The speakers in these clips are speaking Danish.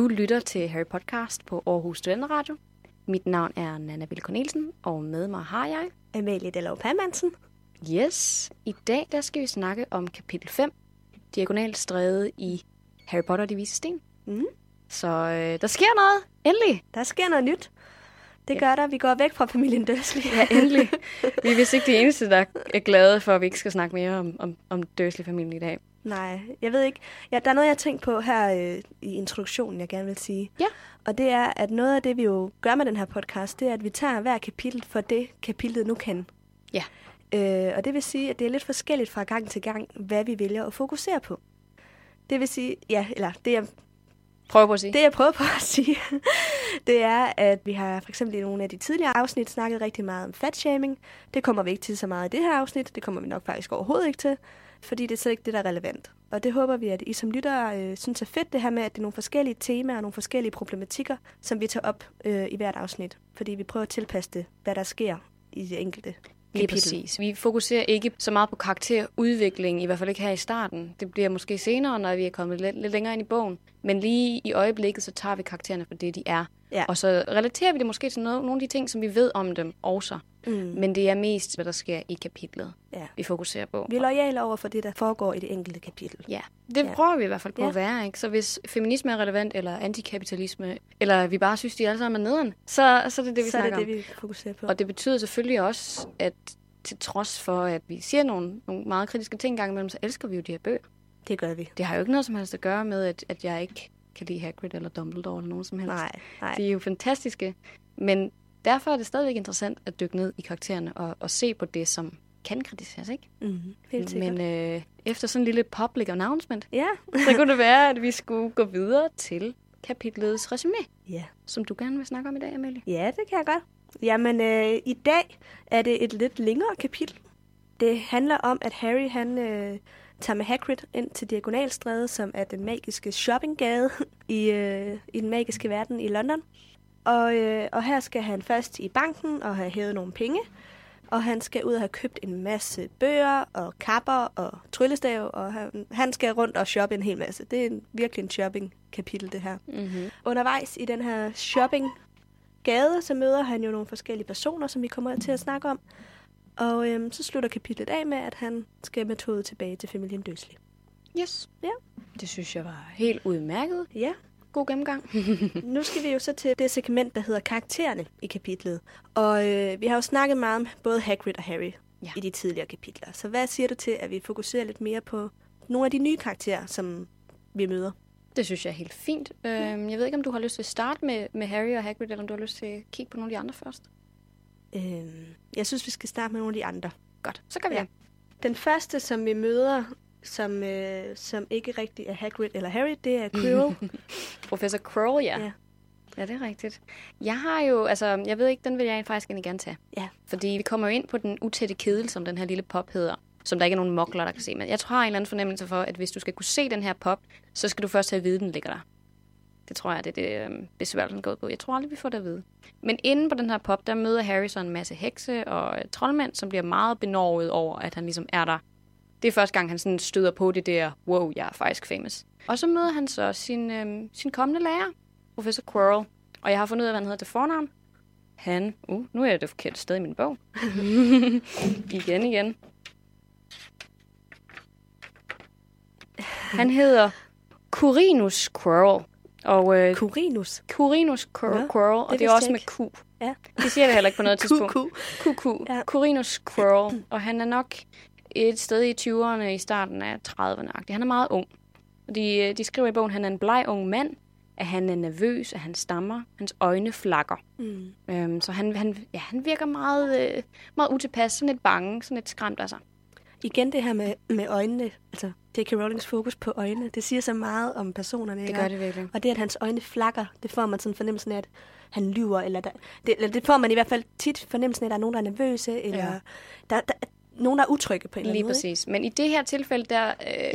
lytter til Harry Podcast på Aarhus Studenteradio. Mit navn er Nanna Ville Cornelsen, og med mig har jeg Amalie Dellov Pammansen. Yes, i dag der skal vi snakke om kapitel 5, Diagonal Stræde i Harry Potter og De Vises Sten. Så der sker noget, endelig. Der sker noget nyt. Det gør der. Vi går væk fra familien Dursley. Ja, endelig. Vi er vist ikke de eneste, der er glade for, at vi ikke skal snakke mere om Dursley-familien i dag. Nej, jeg ved ikke. Ja, der er noget, jeg har tænkt på her i introduktionen, jeg gerne vil sige. Ja. Og det er, at noget af det, vi jo gør med den her podcast, det er, at vi tager hver kapitel for det, kapitlet nu kan. Ja. Og det vil sige, at det er lidt forskelligt fra gang til gang, hvad vi vælger at fokusere på. Det vil sige, ja, eller det jeg prøver på at sige. Det jeg prøver på at sige, det er, at vi har for eksempel i nogle af de tidligere afsnit snakket rigtig meget om fatshaming. Det kommer vi ikke til så meget i det her afsnit. Det kommer vi nok faktisk overhovedet ikke til, fordi det er slet ikke det, der er relevant. Og det håber vi, at I som lyttere synes er fedt, det her med, at det er nogle forskellige temaer og nogle forskellige problematikker, som vi tager op i hvert afsnit. Fordi vi prøver at tilpasse det, hvad der sker i det enkelte kapitel. Lige præcis. Vi fokuserer ikke så meget på karakterudvikling, i hvert fald ikke her i starten. Det bliver måske senere, når vi er kommet lidt længere ind i bogen. Men lige i øjeblikket, så tager vi karaktererne for det, de er. Ja. Og så relaterer vi det måske til nogle af de ting, som vi ved om dem også. Men det er mest, hvad der sker i kapitlet, vi fokuserer på. Vi er loyale over for det, der foregår i det enkelte kapitel. Ja, det prøver vi i hvert fald på at være. Ikke? Så hvis feminisme er relevant, eller antikapitalisme, eller vi bare synes, de alle sammen er nederen, så er det det, vi snakker om. Så er det det, vi fokuserer på. Og det betyder selvfølgelig også, at til trods for, at vi siger nogle meget kritiske ting engang imellem, så elsker vi jo de her bøger. Det gør vi. Det har jo ikke noget som helst at gøre med, at jeg ikke kan lide Hagrid eller Dumbledore eller nogen som helst. Nej. De er jo fantastiske, men derfor er det stadigvæk interessant at dykke ned i karaktererne og se på det, som kan kritiseres, ikke? Helt sikkert. Men efter sådan en lille public announcement, ja. så kunne det være, at vi skulle gå videre til kapitlets resumé, som du gerne vil snakke om i dag, Amalie. Ja, det kan jeg godt. Jamen, i dag er det et lidt længere kapitel. Det handler om, at Harry han tager med Hagrid ind til Diagonalstræde, som er den magiske shoppinggade i den magiske verden i London. Og her skal han først i banken og have hævet nogle penge. Og han skal ud og have købt en masse bøger og kapper og tryllestav. Og han skal rundt og shoppe en hel masse. Det er virkelig en shopping-kapitel, det her. Undervejs i den her shoppinggade, så møder han jo nogle forskellige personer, som vi kommer til at snakke om. Og så slutter kapitlet af med, at han skal med toget tilbage til familien Dursley. Yes. Ja. Det synes jeg var helt udmærket. Ja. God gennemgang. Nu skal vi jo så til det segment, der hedder karaktererne i kapitlet. Og vi har jo snakket meget om både Hagrid og Harry i de tidligere kapitler. Så hvad siger du til, at vi fokuserer lidt mere på nogle af de nye karakterer, som vi møder? Det synes jeg er helt fint. Jeg ved ikke, om du har lyst til at starte med Harry og Hagrid, eller om du har lyst til at kigge på nogle af de andre først? Jeg synes, vi skal starte med nogle af de andre. Godt, så kan vi. Ja. Den første, som vi møder, som ikke rigtig er Hagrid eller Harry, det er Quirrell. Professor Quirrell, ja. Ja, det er rigtigt. Jeg har jo, jeg ved ikke, den vil jeg faktisk gerne tage. Ja. Fordi vi kommer jo ind på den utætte kedel, som den her lille pop hedder, som der ikke er nogen mokler, der kan se. Men jeg tror, jeg har en eller anden fornemmelse for, at hvis du skal kunne se den her pop, så skal du først have at vide, at den ligger der. Det tror jeg, det er det besværgelsen går ud på. Jeg tror aldrig, vi får det at vide. Men inde på den her pop, der møder Harry så en masse hekse og troldmænd, som bliver meget benovet over, at han ligesom er der. Det er første gang, han sådan støder på det der, wow, jeg er faktisk famous. Og så møder han så sin kommende lærer, Professor Quirrell. Og jeg har fundet ud af, hvad han hedder til fornavn. Nu er jeg det forkerte sted i min bog. igen. Han hedder Quirinus Quirrell. Og, Quirinus Quirrell, og det er også med Q. Ja. Det siger det heller ikke på noget tidspunkt. Q. Ja. Quirinus Quirrell, og han er nok et sted i 20'erne, i starten af 30'erne. Han er meget ung. De skriver i bogen, at han er en bleg ung mand, at han er nervøs, at han stammer, hans øjne flakker. Så han virker meget, meget utilpas, sådan lidt bange, sådan lidt skræmt af sig. Igen det her med øjnene, altså J.K. Rowlings fokus på øjnene, det siger så meget om personerne. Det gør det virkelig. Og det, at hans øjne flakker, det får man sådan fornemmelsen af, at han lyver, eller det får man i hvert fald tit fornemmelsen af, at der er nogen, der er nervøse, eller der nogen, der er utrygge på en eller anden måde. Lige præcis. Men i det her tilfælde, der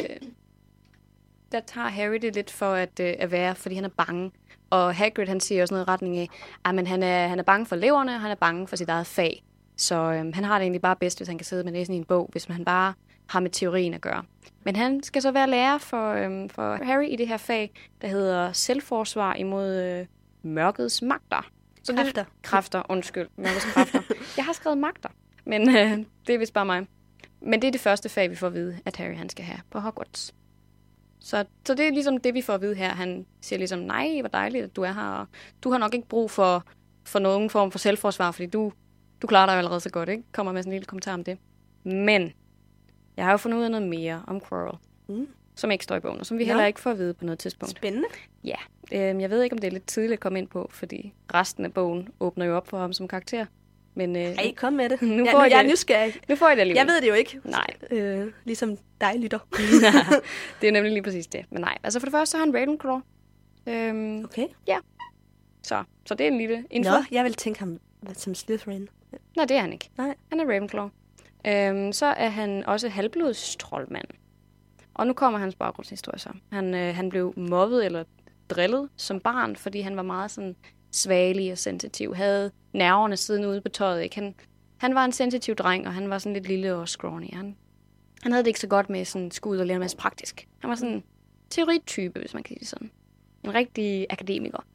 tager Harry det lidt for at være, fordi han er bange. Og Hagrid, han siger også noget i retning af, at han er bange for eleverne, og han er bange for sit eget fag. Så han har det egentlig bare bedst, hvis han kan sidde med næsen i en bog, hvis han bare har med teorien at gøre. Men han skal så være lærer for Harry i det her fag, der hedder selvforsvar imod mørkets magter. Så kræfter, undskyld. Mørkets kræfter. Jeg har skrevet magter, men det er vist bare mig. Men det er det første fag, vi får at vide, at Harry han skal have på Hogwarts. Så det er ligesom det, vi får at vide her. Han siger ligesom, nej, hvor dejligt, at du er her. Og du har nok ikke brug for nogen form for selvforsvar, fordi du klarer dig jo allerede så godt, ikke? Kommer med sådan en lille kommentar om det. Men jeg har jo fundet ud af noget mere om Quirrell, som ikke står i bogen, og som vi heller ikke får at vide på noget tidspunkt. Spændende. Ja, jeg ved ikke, om det er lidt tidligt at komme ind på, fordi resten af bogen åbner jo op for ham som karakter. Men ej, kom med det. Jeg er nysgerrig. Nu får I det alligevel. Jeg ved det jo ikke. Nej. Ligesom dig, lytter. Det er nemlig lige præcis det. Men nej, altså for det første så har han Ravenclaw. Okay. Ja. Så det er en lille info. Nå, jeg vil tænke ham som Slytherin. Nej, det er han ikke. Nej. Han er Ravenclaw. Så er han også halvblodstroldmand. Og nu kommer hans baggrundshistorie så. Han blev mobbet eller drillet som barn, fordi han var meget sådan svagelig og sensitiv. Havde nerverne siden ude på tøjet. Ikke? Han var en sensitiv dreng, og han var sådan lidt lille og scrawny. Han havde det ikke så godt med sådan skulle ud og lære en masse praktisk. Han var sådan en teoritype, hvis man kan sige det sådan. En rigtig akademiker.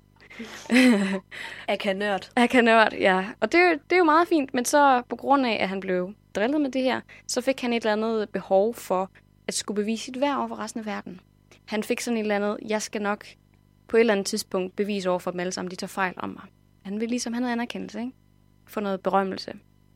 Akanørd, ja. Og det er jo meget fint, men så på grund af, at han blev drillet med det her, så fik han et eller andet behov for at skulle bevise sit værd over for resten af verden. Han fik sådan et eller andet, jeg skal nok på et eller andet tidspunkt bevise over for dem alle sammen, de tager fejl om mig. Han vil ligesom have noget anerkendelse, ikke? For noget berømmelse.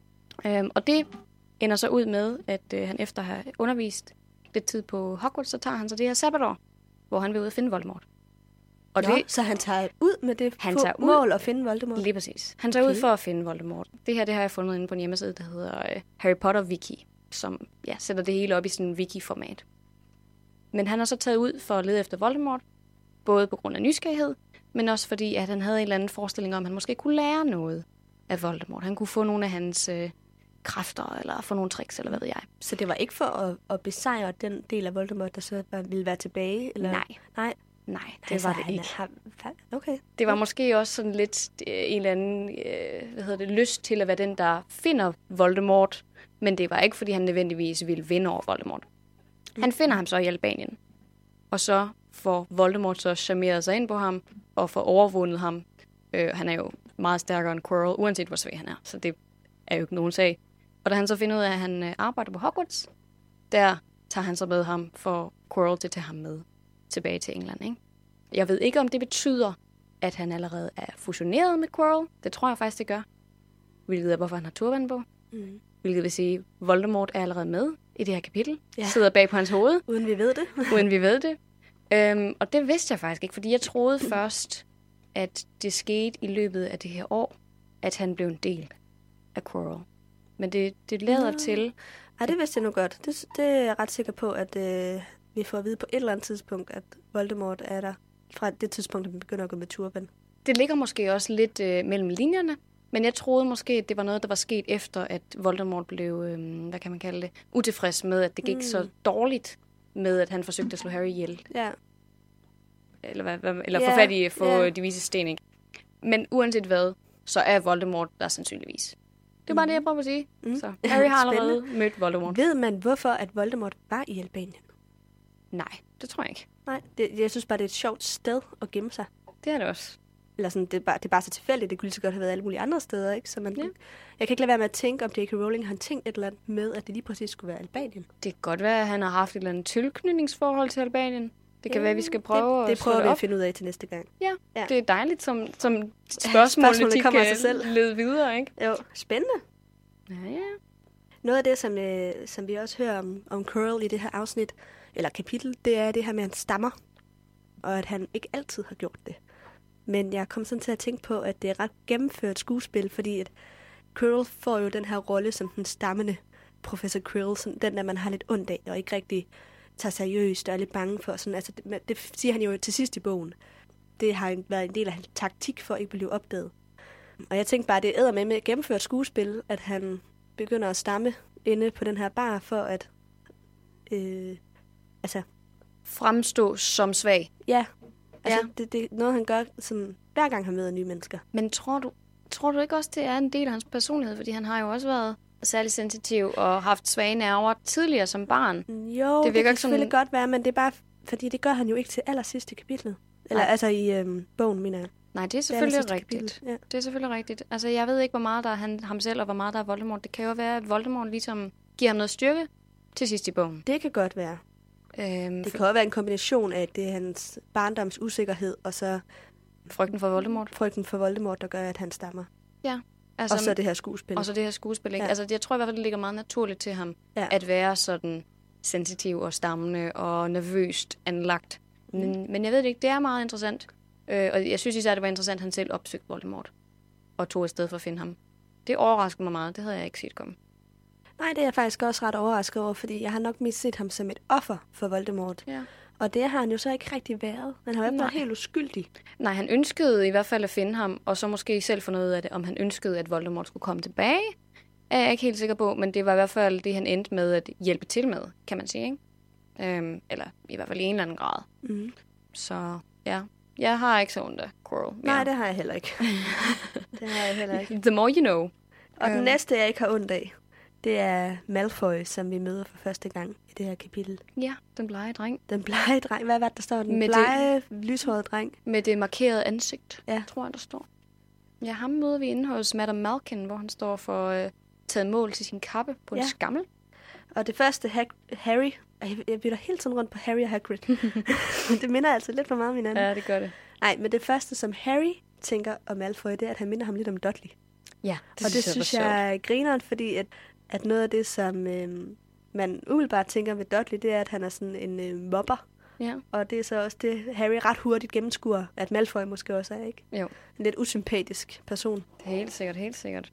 Og det ender så ud med, at han efter at have undervist lidt tid på Hogwarts, så tager han så det her sabbatår, hvor han vil ud og finde Voldemort. Og så han tager ud med det mål at finde Voldemort? Lige præcis. Han tager ud for at finde Voldemort. Det har jeg fundet inde på en hjemmeside, der hedder Harry Potter Wiki, som sætter det hele op i sådan en wiki-format. Men han har så taget ud for at lede efter Voldemort, både på grund af nysgerrighed, men også fordi, at han havde en eller anden forestilling om, at han måske kunne lære noget af Voldemort. Han kunne få nogle af hans kræfter, eller få nogle tricks, eller hvad ved jeg. Så det var ikke for at besejre den del af Voldemort, der så ville være tilbage? Eller? Nej, det var det ikke. Okay. Det var måske også sådan lidt en eller anden lyst til at være den, der finder Voldemort, men det var ikke, fordi han nødvendigvis ville vinde over Voldemort. Han finder ham så i Albanien, og så får Voldemort så charmeret sig ind på ham, og får overvundet ham. Han er jo meget stærkere end Quirrell, uanset hvor svag han er, så det er jo ikke nogen sag. Og da han så finder ud af, at han arbejder på Hogwarts, der tager han så med ham for Quirrell til at tage ham med tilbage til England, ikke? Jeg ved ikke, om det betyder, at han allerede er fusioneret med Quirrell. Det tror jeg faktisk, det gør. Hvilket er, hvorfor han har turban på. Hvilket vil sige, at Voldemort er allerede med i det her kapitel. Ja. Sidder bag på hans hoved. Uden vi ved det. Og det vidste jeg faktisk ikke, fordi jeg troede først, at det skete i løbet af det her år, at han blev en del af Quirrell. Men det lader til... Ej, det vidste jeg nu godt. Det er jeg ret sikker på, at vi får at vide på et eller andet tidspunkt, at Voldemort er der fra det tidspunkt, at man begynder at gå med turban. Det ligger måske også lidt mellem linjerne, men jeg troede måske, at det var noget, der var sket efter, at Voldemort blev, hvad kan man kalde det, utilfreds med, at det gik så dårligt med, at han forsøgte at slå Harry ihjel. Ja. Eller få fat i de vise sten, ikke? Men uanset hvad, så er Voldemort der sandsynligvis. Det er bare det, jeg prøver at sige. Så Harry har allerede mødt Voldemort. Ved man, hvorfor at Voldemort var i Albanien? Nej, det tror jeg ikke. Nej, jeg synes bare, det er et sjovt sted at gemme sig. Det er det også. Eller sådan, det er bare så tilfældigt. Det kunne lige så godt have været alle mulige andre steder, ikke? Så man, jeg kan ikke lade være med at tænke, om J.K. Rowling har tænkt et eller andet med, at det lige præcis skulle være Albanien. Det kan godt være, at han har haft et eller andet tilknytningsforhold til Albanien. Det kan være, at vi skal prøve det prøver vi at finde ud af til næste gang. Ja, det er dejligt, som spørgsmålene kommer af sig selv. Led videre, ikke? Jo, spændende. Ja. Noget af det, som vi også hører om Quirrell i det her afsnit, eller kapitel, det er det her med, at han stammer. Og at han ikke altid har gjort det. Men jeg kom sådan til at tænke på, at det er ret gennemført skuespil, fordi at Quirrell får jo den her rolle som den stammende professor Quirrell, sådan den der man har lidt ondt af, og ikke rigtig tager seriøst og er lidt bange for. Sådan, altså, det siger han jo til sidst i bogen. Det har været en del af hans taktik for at ikke blive opdaget. Og jeg tænkte bare, det er med gennemført skuespil, at han begynder at stamme inde på den her bar for at fremstå som svag. Ja, altså det er noget, han gør sådan, hver gang han møder nye mennesker. Men tror du ikke også, det er en del af hans personlighed? Fordi han har jo også været særlig sensitiv og haft svage nerver tidligere som barn. Jo, det kan selvfølgelig godt være, men det er bare, fordi det gør han jo ikke til allersidst i kapitlet. Eller altså i bogen, mener jeg. Nej, det er selvfølgelig rigtigt. Ja. Det er selvfølgelig rigtigt. Altså, jeg ved ikke, hvor meget der er ham selv, og hvor meget der er Voldemort. Det kan jo være, at Voldemort ligesom giver ham noget styrke til sidst i bogen. Det kan godt være. Det kan også være en kombination af, at det er hans barndoms usikkerhed, og så frygten for Voldemort. Frygten for Voldemort, der gør, at han stammer. Ja. Altså, og så det her skuespil. Og så det her skuespil, ikke? Ja. Altså, jeg tror i hvert fald, det ligger meget naturligt til ham, at være sådan sensitiv og stammende og nervøst anlagt. Men jeg ved det ikke, det er meget interessant. Og jeg synes især, det var interessant, at han selv opsøgte Voldemort og tog et sted for at finde ham. Det overraskede mig meget. Det havde jeg ikke set komme. Nej, det er jeg faktisk også ret overrasket over, fordi jeg har nok mest set ham som et offer for Voldemort. Ja. Og det har han jo så ikke rigtig været. Han har jo ikke været helt uskyldig. Nej, han ønskede i hvert fald at finde ham, og så måske selv få noget af det, om han ønskede, at Voldemort skulle komme tilbage. Er jeg ikke helt sikker på, men det var i hvert fald det, han endte med at hjælpe til med, kan man sige, ikke? Eller i hvert fald i en eller anden grad. Mm. Så ja, jeg har ikke så ondt af Quirrell. Nej, det har jeg heller ikke. Det har jeg heller ikke. The more you know. Og den næste, jeg ikke har ondt af, det er Malfoy, som vi møder for første gang i det her kapitel. Ja, den blege dreng. Den blege dreng. Hvad var det, der står? Den blege, lyshårede dreng. Med det markerede ansigt, tror jeg, der står. Ja, ham møder vi inde hos Madame Malkin, hvor han står for taget mål til sin kappe på en skammel. Og det første, Harry... Jeg bytter hele tiden rundt på Harry og Hagrid. Det minder altså lidt for meget om hinanden. Ja, det gør det. Nej, men det første, som Harry tænker om Malfoy, det er, at han minder ham lidt om Dudley. Ja, det synes jeg er grineren, fordi at noget af det, som man umiddelbart tænker ved Dudley, det er, at han er sådan en mobber. Ja. Og det er så også det, Harry ret hurtigt gennemskuer, at Malfoy måske også er, ikke? Jo. En lidt usympatisk person. Det er helt sikkert, helt sikkert.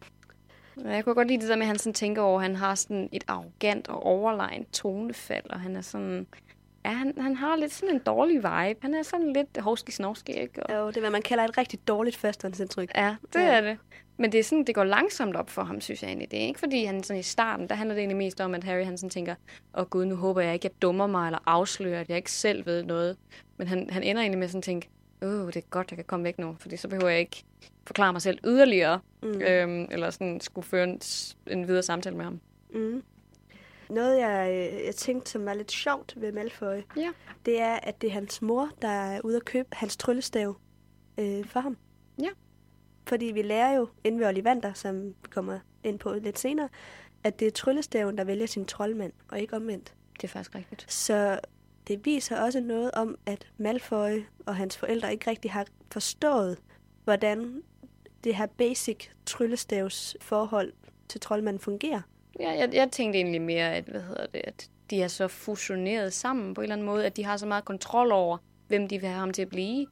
Jeg kunne godt lide det der med, at han sådan tænker over, at han har sådan et arrogant og overlegent tonefald, og han er sådan... Ja, han har lidt sådan en dårlig vibe. Han er sådan lidt hovski-snovski, ikke? Jo, det er, hvad man kalder et rigtig dårligt førstehåndsindtryk. Ja, det er det. Men det er sådan, det går langsomt op for ham, synes jeg egentlig. Det er ikke, fordi han sådan i starten, der handler det egentlig mest om, at Harry han sådan tænker, gud, nu håber jeg ikke, jeg dummer mig eller afslører, at jeg ikke selv ved noget. Men han ender egentlig med sådan at tænke, det er godt, jeg kan komme væk nu, fordi så behøver jeg ikke forklare mig selv yderligere, eller sådan skulle føre en videre samtale med ham. Mm. Noget, jeg tænkte, som var lidt sjovt ved Malfoy, det er, at det er hans mor, der er ude at købe hans tryllestav for ham. Ja. Fordi vi lærer jo inden ved Ollivander, som vi kommer ind på lidt senere, at det er tryllestaven, der vælger sin troldmand, og ikke omvendt. Det er faktisk rigtigt. Så det viser også noget om, at Malfoy og hans forældre ikke rigtig har forstået, hvordan det her basic tryllestavs forhold til troldmanden fungerer. Ja, jeg tænkte egentlig mere, at de er så fusioneret sammen på en eller anden måde, at de har så meget kontrol over, hvem de vil have ham til at blive.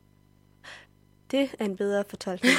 Det er en bedre fortolkning.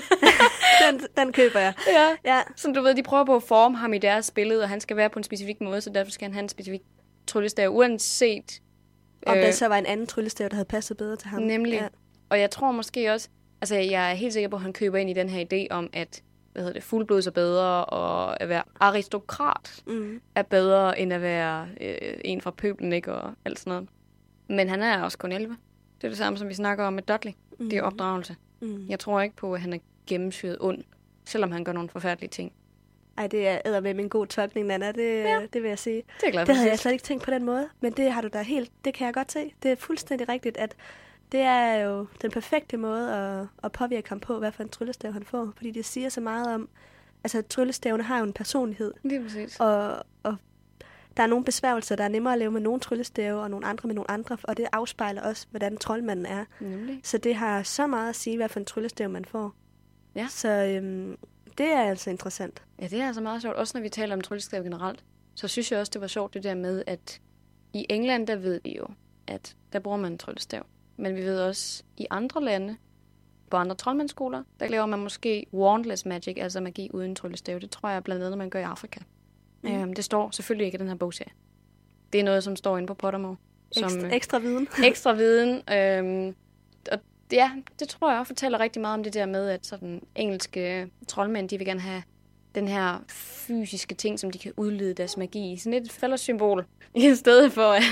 den køber jeg. Ja. Som du ved, de prøver på at forme ham i deres billede, og han skal være på en specifik måde, så derfor skal han have en specifik tryllestav, uanset... Om der så var en anden tryllestav, der havde passet bedre til ham. Nemlig. Ja. Og jeg tror måske også... Altså, jeg er helt sikker på, at han køber ind i den her idé om, at fuldblods er bedre, og at være aristokrat er bedre, end at være en fra pøblen, ikke? Og alt sådan noget. Men han er også kun 11. Det er det samme, som vi snakker om med Dudley. Det er opdragelse. Jeg tror ikke på, at han er gennemsyret ond, selvom han gør nogle forfærdelige ting. Ej, det er eddermame en god tolkning, Nana. Det vil jeg sige. Det er glad for. Det havde jeg slet ikke tænkt på den måde, men det har du da helt... Det kan jeg godt se. Det er fuldstændig rigtigt, at det er jo den perfekte måde at påvirke ham på, hvad for en tryllestav han får. Fordi det siger så meget om... Altså, tryllestavene har jo en personlighed. Det er præcis. Og der er nogle besværgelser, der er nemmere at leve med nogle tryllestave, og nogle andre med nogle andre. Og det afspejler også, hvordan troldmanden er. Nemlig. Så det har så meget at sige, hvad for en tryllestav man får. Ja. Så det er altså interessant. Ja, det er altså meget sjovt. Også når vi taler om tryllestav generelt, så synes jeg også, det var sjovt det der med, at i England, der ved vi jo, at der bruger man en tryllestav. Men vi ved også, i andre lande, på andre troldmandsskoler, der laver man måske wandless magic, altså magi uden tryllestav. Det tror jeg blandt andet, man gør i Afrika. Det står selvfølgelig ikke i den her bogserie. Det er noget, som står inde på Pottermore. Ekstra viden. Ekstra viden. Og ja, det tror jeg også fortæller rigtig meget om det der med, at sådan engelske troldmænd, de vil gerne have den her fysiske ting, som de kan udlede deres magi i. Sådan lidt et fællessymbol, i stedet for at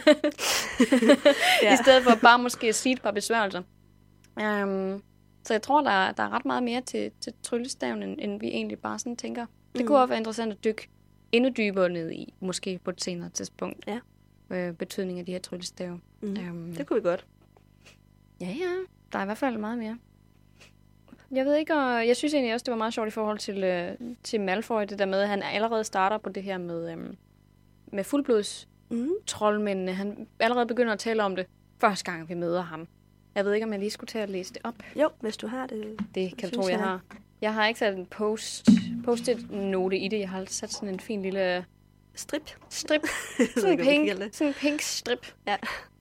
i stedet for bare måske at sige et par besværgelser. Så jeg tror, der er ret meget mere til tryllestaven, end vi egentlig bare sådan tænker. Det kunne også være interessant at dykke endnu dybere ned i, måske på et senere tidspunkt. Ja. Betydning af de her tryllestave. Det kunne vi godt. Ja, der er i hvert fald meget mere. Jeg ved ikke, og jeg synes egentlig også, det var meget sjovt i forhold til Malfoy, det der med, at han allerede starter på det her med fuldblods troldmændene. Han allerede begynder at tale om det første gang, vi møder ham. Jeg ved ikke, om jeg lige skulle tage at læse det op. Jo, hvis du har det. Det kan du tro, jeg har. Jeg har ikke sat en post-it-note i det. Jeg har sat sådan en fin lille... Strip. Sådan en pink strip. Ja.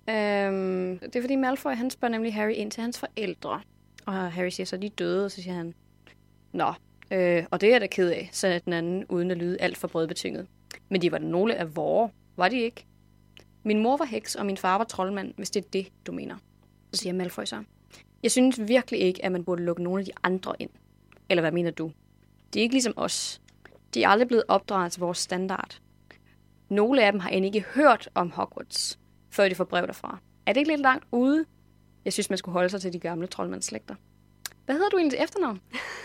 Det er fordi Malfoy, han spørger nemlig Harry ind til hans forældre. Og Harry siger så, de er døde, og så siger han, nå, og det er jeg da ked af, sagde den anden, uden at lyde alt for brødbetynget. Men de var nogle af vore, var de ikke? Min mor var heks, og min far var troldmand, hvis det er det, du mener. Så siger Malfoy så, jeg synes virkelig ikke, at man burde lukke nogle af de andre ind. Eller hvad mener du? De er ikke ligesom os. De er aldrig blevet opdraget til vores standard. Nogle af dem har end ikke hørt om Hogwarts, før de får brev derfra. Er det ikke lidt langt ude? Jeg synes, man skulle holde sig til de gamle troldmandsslægter. Hvad hedder du egentlig til efternavn?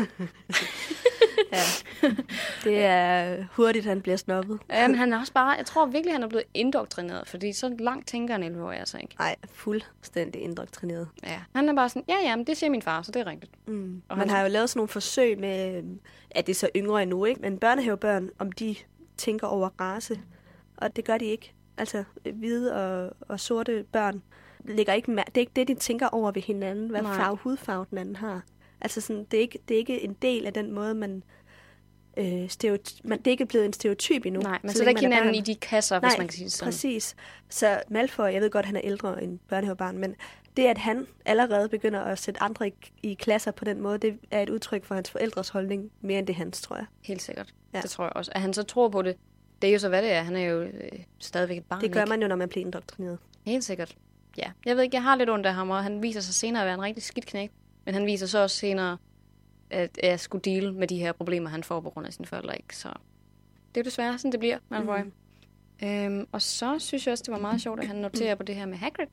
Ja, det er hurtigt, han bliver snobbet. Ja, men han er også bare, jeg tror virkelig, han er blevet indoktrineret, fordi så langt tænker en 11-årig altså ikke. Nej, fuldstændig indoktrineret. Ja, han er bare sådan, ja, men det siger min far, så det er rigtigt. Og man har jo lavet sådan nogle forsøg med, at det er så yngre endnu, ikke? Men børnehavebørn, om de tænker over race, og det gør de ikke. Altså, hvide og sorte børn ligger ikke det er ikke det, de tænker over ved hinanden, hvad hudfarve den anden har. Altså sådan, det er ikke en del af den måde, man det er ikke blevet en stereotyp endnu. Nej, man sætter ikke hinanden i de kasser, hvis man kan sige sådan. Præcis. Så Malfoy, jeg ved godt, han er ældre end børnehavebarn, men det, at han allerede begynder at sætte andre i klasser på den måde, det er et udtryk for hans forældres holdning, mere end det hans, tror jeg. Helt sikkert. Ja. Det tror jeg også. At han så tror på det, det er jo så, hvad det er. Han er jo stadigvæk et barn. Det gør man jo, når man bliver indoktrineret. Helt sikkert. Ja. Jeg ved ikke, jeg har lidt ondt af ham, og han viser sig senere at være en rigtig skidt knægt. Men han viser så også senere, at jeg skulle deal med de her problemer, han får på grund af sine forældre. Ikke? Så det er jo desværre sådan, det bliver, Malfoy. Og så synes jeg også, det var meget sjovt, at han noterer på det her med Hagrid.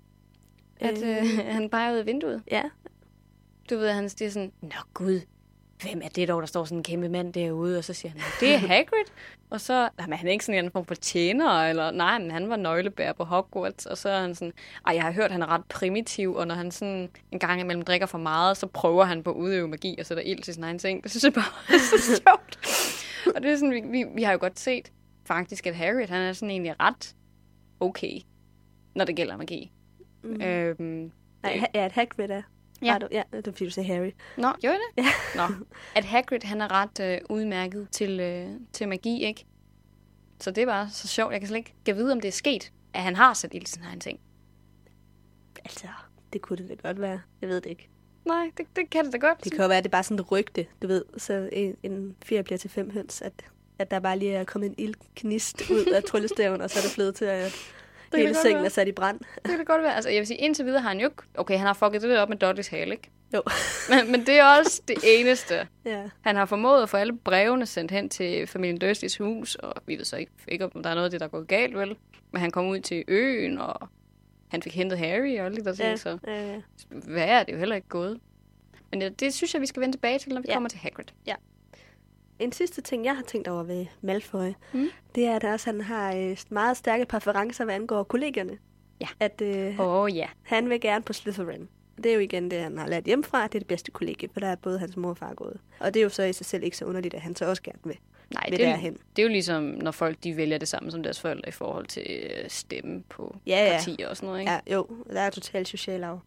At han bare er ude af vinduet. Ja. Du ved, han siger sådan, nå gud, hvem er det dog, der står sådan en kæmpe mand derude? Og så siger han, det er Hagrid. Og så, han er ikke sådan en form for tjener, eller nej, men han var nøglebærer på Hogwarts. Og så er han sådan, jeg har hørt, at han er ret primitiv, og når han sådan en gang imellem drikker for meget, så prøver han på at udøve magi og sætter ild til sin egen ting. Det synes jeg bare er så sjovt. Og det er sådan, vi har jo godt set faktisk, at Hagrid, han er sådan egentlig ret okay, når det gælder magi. At Hagrid er... Ja. Ja, det er fordi, du sagde Harry. Nå, gjorde jeg det? Ja. Nå. At Hagrid, han er ret udmærket til magi, ikke? Så det er bare så sjovt. Jeg kan slet ikke vide, om det er sket, at han har sat ild til sin egen ting. Altså, det kunne det da godt være. Jeg ved det ikke. Nej, det kan det da godt. Det kan jo være, at det er bare sådan et rygte, du ved. Så en 4 bliver til 5 høns, at der bare lige er kommet en ildknist ud af tryllestaven, og så er det blevet til at... Hele sengen er sat i brand. Det kan det godt være. Altså, jeg vil sige, indtil videre har han jo... Okay, han har fucket det op med Dudleys hale, ikke? Jo. men det er også det eneste. Ja. Han har formået at få alle brevene sendt hen til familien Dursleys hus, og vi ved så ikke om der er noget af det, der går galt, vel? Men han kom ud til øen, og han fik hentet Harry og alle de der ting, så... Ja. Hvad er det jo heller ikke gået? Men det synes jeg, vi skal vende tilbage til, når vi kommer til Hagrid. Ja. En sidste ting, jeg har tænkt over ved Malfoy, det er, at også, han har meget stærke præferencer, hvad angår kollegierne. Ja. At han vil gerne på Slytherin. Det er jo igen det, han har lært hjemmefra, det er det bedste kollegie, for der er både hans mor og far gået. Og det er jo så i sig selv ikke så underligt, at han så også gerne vil. Nej, det er jo ligesom, når folk de vælger det samme som deres forældre i forhold til stemme på partier og sådan noget, ikke? Ja, jo. Der er totalt social af.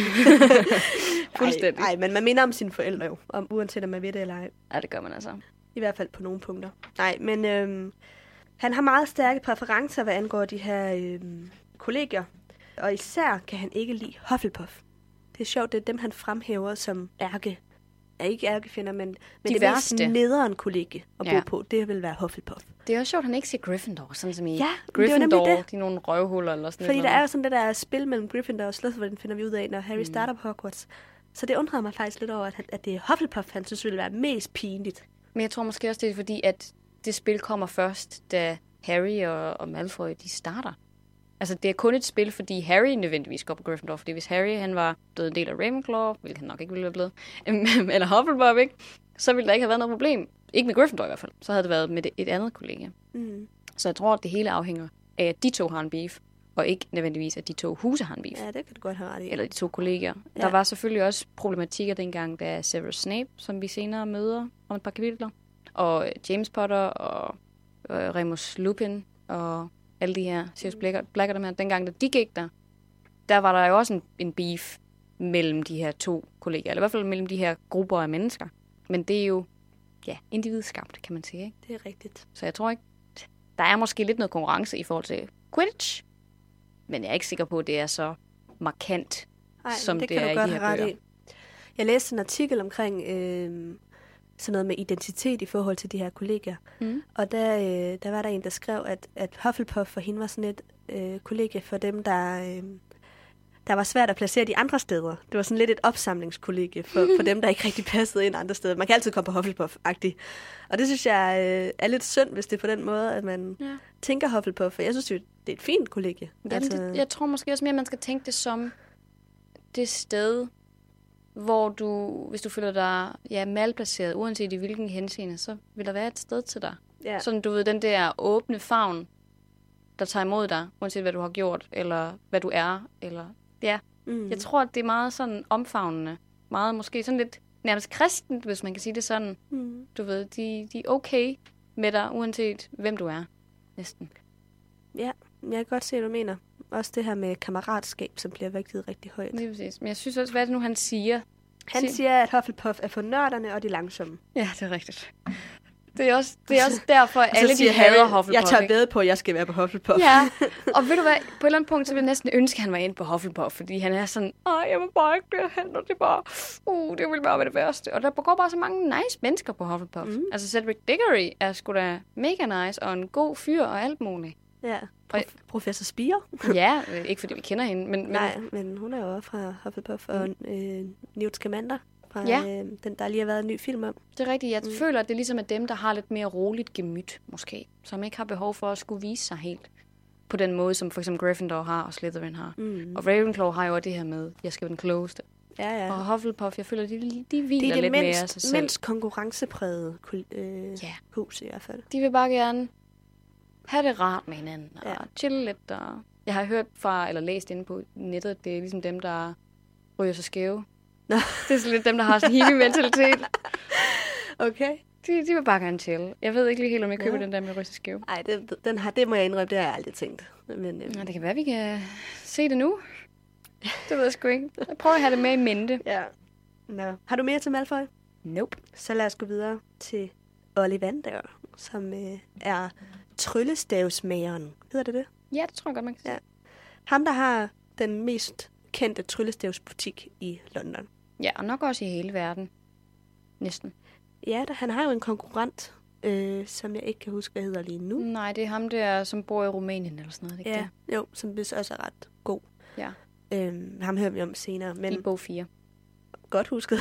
Fuldstændig. Nej, men man minder om sine forældre jo, uanset om man ved det eller ej. Ja, det gør man altså. I hvert fald på nogle punkter. Nej, men han har meget stærke præferencer, hvad angår de her kollegier. Og især kan han ikke lide Hufflepuff. Det er sjovt, det er dem, han fremhæver som ikke ærkefjender, men det mest nederen kollegie at bo på, det vil være Hufflepuff. Det er også sjovt, at han ikke siger Gryffindor, sådan som i Gryffindor, det er nogle røvhuller eller sådan noget. Fordi der er jo sådan det der spil mellem Gryffindor og Slytherin, finder vi ud af, når Harry starter på Hogwarts. Så det undrer mig faktisk lidt over, at det er Hufflepuff, han synes ville være mest pinligt. Men jeg tror måske også, det er fordi, at det spil kommer først, da Harry og Malfoy, de starter. Altså, det er kun et spil, fordi Harry nødvendigvis går på Gryffindor. Fordi hvis Harry, han var død en del af Ravenclaw, hvilket han nok ikke ville være blevet, eller Hufflepuff, ikke? så ville der ikke have været noget problem. Ikke med Gryffindor i hvert fald. Så havde det været med et andet kollega. Mm. Så jeg tror, at det hele afhænger af, at de to har en beef, og ikke nødvendigvis, at de to huse har en beef. Ja, det kan du godt have ret i. Eller de to kolleger. Ja. Der var selvfølgelig også problematikker dengang, da Severus Snape, som vi senere møder om et par kapitler, og James Potter og Remus Lupin og alle de her Sirius Black og dem her, dengang da de gik der var der jo også en beef mellem de her to kolleger, eller i hvert fald mellem de her grupper af mennesker. Men det er jo individskabt, kan man sige, ikke? Det er rigtigt. Så jeg tror ikke, der er måske lidt noget konkurrence i forhold til Quidditch, men jeg er ikke sikker på, at det er så markant, som det er i de her bøger. Jeg læste en artikel omkring sådan noget med identitet i forhold til de her kolleger. Mm. Og der var der en, der skrev, at Hufflepuff for hende var sådan et kollegie for dem, der var svært at placere de andre steder. Det var sådan lidt et opsamlingskollegie for dem, der ikke rigtig passede ind andre steder. Man kan altid komme på Hufflepuff-agtigt. Og det synes jeg er lidt synd, hvis det er på den måde, at man tænker Hufflepuff. For jeg synes jo, det er et fint kollegie. Jamen, jeg tror måske også mere, at man skal tænke det som det sted, hvor du, hvis du føler dig malplaceret, uanset i hvilken henseende, så vil der være et sted til dig. Ja. Sådan du ved, den der åbne favn, der tager imod dig, uanset hvad du har gjort, eller hvad du er, eller Jeg tror, at det er meget sådan omfavnende. Meget måske sådan lidt nærmest kristent, hvis man kan sige det sådan. Mm. Du ved, de er okay med dig, uanset hvem du er. Næsten. Ja, jeg kan godt se, hvad du mener. Også det her med kammeratskab, som bliver vægtet rigtig højt. Det er præcis. Men jeg synes også, hvad er det nu, han siger? Han siger, at Hufflepuff er for nørderne og de langsomme. Ja, det er rigtigt. Det er også derfor, at alle de hader Hufflepuff. Jeg tager ved på, at jeg skal være på Hufflepuff. Ja, og ved du hvad, på et eller andet punkt, så vil jeg næsten ønske, at han var inde på Hufflepuff, fordi han er sådan, jeg vil bare ikke derhen, og det er bare, det vil bare være det værste. Og der går bare så mange nice mennesker på Hufflepuff. Mm. Altså Cedric Diggory er sgu da mega nice, og en god fyr og alt muligt. Ja, Professor Spire. Ja, ikke fordi vi kender hende, men... Nej, men hun er jo også fra Hufflepuff, og Newt Scamander. Den, der lige har været en ny film om. Det er rigtigt. Jeg føler, at det ligesom er dem, der har lidt mere roligt gemyt, måske. Som ikke har behov for at skulle vise sig helt på den måde, som for eksempel Gryffindor har og Slytherin har. Mm. Og Ravenclaw har jo det her med, jeg skal være den klogeste. Ja. Og Hufflepuff, jeg føler, de hviler lidt mere af sig selv. Det er det mindst konkurrencepræget hus i hvert fald. De vil bare gerne have det rart med hinanden og chille lidt. Og jeg har hørt fra, eller læst inde på nettet, at det er ligesom dem, der ryger sig skæve. Nå. Det er så lidt dem, der har sådan en hippie-mentalitet. Okay. De vil bare gerne chill. Jeg ved ikke lige helt, om jeg køber den der med ryste skæve. Nej, det må jeg indrømme, det har jeg aldrig tænkt. Men, det kan være, vi kan se det nu. Det ved jeg sgu ikke. Jeg prøver at have det med i mente. Ja. Nå. Har du mere til Malfoy? Nope. Så lad os gå videre til Ollivander, som er tryllestavsmageren. Hedder det? Ja, det tror jeg godt, man kan sige. Ja. Ham, der har den mest kendte tryllestavsbutik i London. Ja, og nok også i hele verden. Næsten. Ja, han har jo en konkurrent, som jeg ikke kan huske, hvad hedder lige nu. Nej, det er ham der, som bor i Rumænien eller sådan noget. Ikke det? Jo, som vist også er ret god. Ja. Ham hører vi om senere. Men i bog 4. Godt husket.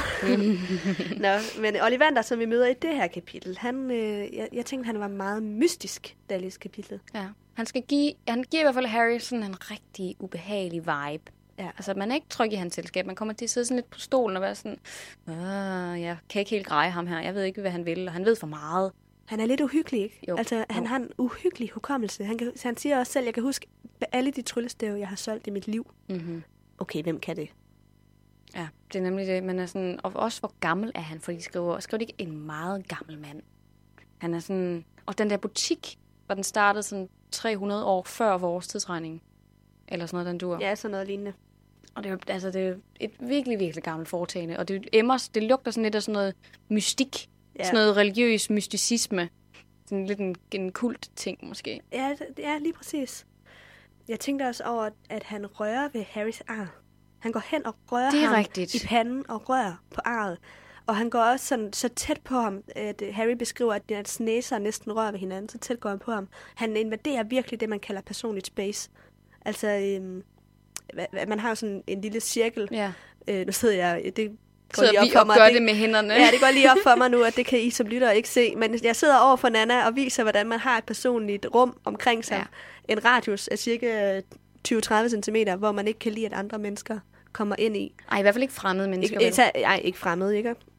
Nå, men Ollivander, som vi møder i det her kapitel, jeg tænkte, han var meget mystisk, da jeg læste kapitlet. Ja. Han giver i hvert fald Harry sådan en rigtig ubehagelig vibe. Ja. Altså, man er ikke tryg i hans selskab. Man kommer til at sidde sådan lidt på stolen og være sådan, jeg kan ikke helt greje ham her. Jeg ved ikke, hvad han vil, og han ved for meget. Han er lidt uhyggelig, ikke? Jo. Altså, han har en uhyggelig hukommelse. Han siger også selv, jeg kan huske alle de tryllestave, jeg har solgt i mit liv. Mm-hmm. Okay, hvem kan det? Ja, det er nemlig det. Men er sådan, og også, hvor gammel er han? For de skriver det ikke en meget gammel mand. Han er sådan... Og den der butik, hvor den startede sådan 300 år før vores tidsregning. Eller sådan noget, den dur. Ja, sådan noget lignende. Og det er et virkelig, virkelig gammelt foretagende. Og det lugter sådan lidt af sådan noget mystik. Ja. Sådan noget religiøs mysticisme. Sådan lidt en kult ting, måske. Ja, lige præcis. Jeg tænkte også over, at han rører ved Harrys ar. Han går hen og rører ham i panden og rører på arret. Og han går også sådan, så tæt på ham, at Harry beskriver, at hans næser næsten rører ved hinanden. Så tæt går han på ham. Han invaderer virkelig det, man kalder personligt space. Altså, man har jo sådan en lille cirkel. Ja. Nu sidder jeg... Det går lige op for mig. Gør det med hænderne. Ja, det går lige op for mig nu, at det kan I som lyttere ikke se. Men jeg sidder over for Nana og viser, hvordan man har et personligt rum omkring sig. Ja. En radius af cirka 20-30 cm, hvor man ikke kan lide, at andre mennesker kommer ind i. Ej, i hvert fald ikke fremmede mennesker. Nej, ikke fremmede, ikke?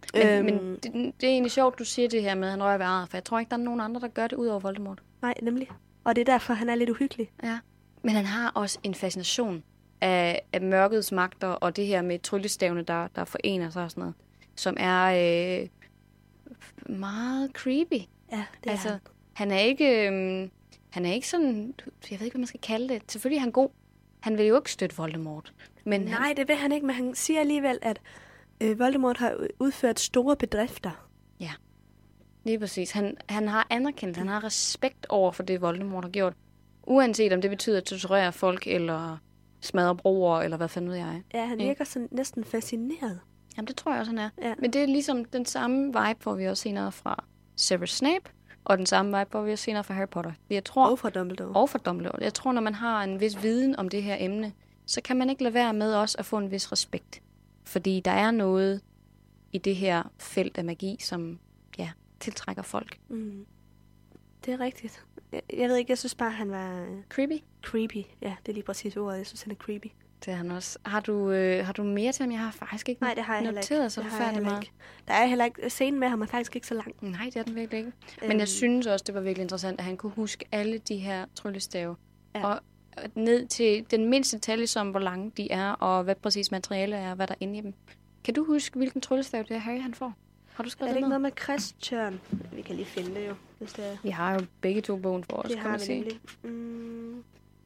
Men det er egentlig sjovt, du siger det her med, at han rører ved arret, for jeg tror ikke, der er nogen andre, der gør det ud over Voldemort. Nej, nemlig. Og det er derfor, han er lidt uhyggelig. Ja. Men han har også en fascination af mørkets magter, og det her med tryllestavene, der forener sig og sådan noget, som er meget creepy. Ja, det er altså, han er ikke sådan, jeg ved ikke, hvad man skal kalde det. Selvfølgelig er han god. Han vil jo ikke støtte Voldemort. Men nej, det vil han ikke, men han siger alligevel, at Voldemort har udført store bedrifter. Ja, lige præcis. Han har anerkendt, han har respekt over for det, Voldemort har gjort. Uanset om det betyder at torturere folk, eller smadre broer, eller hvad fanden ved jeg. Ja, han virker sådan næsten fascineret. Jamen, det tror jeg også, han er. Ja. Men det er ligesom den samme vibe, får vi også senere fra Severus Snape, og den samme vibe, får vi også senere fra Harry Potter. Og fra Dumbledore. Jeg tror, når man har en vis viden om det her emne, så kan man ikke lade være med også at få en vis respekt. Fordi der er noget i det her felt af magi, som tiltrækker folk. Mm. Det er rigtigt. Jeg ved ikke, jeg synes bare, han var... Creepy, ja, det er lige præcis ordet. Jeg synes, han er creepy. Det er han også. Har du mere til ham? Jeg har faktisk ikke noteret så forfærdeligt meget. Der er heller ikke... Scenen med ham er faktisk ikke så lang. Nej, det er den virkelig ikke. Men jeg synes også, det var virkelig interessant, at han kunne huske alle de her tryllestave. Ja. Og ned til den mindste detalje, som hvor lange de er, og hvad præcis materiale er, og hvad der er inde i dem. Kan du huske, hvilken tryllestav det er, Harry han får? Har du skrevet det ikke noget med Christian? Vi kan lige finde det jo, hvis det er. Vi har jo begge to bogen for os, det kan man sige. Det har vi nemlig.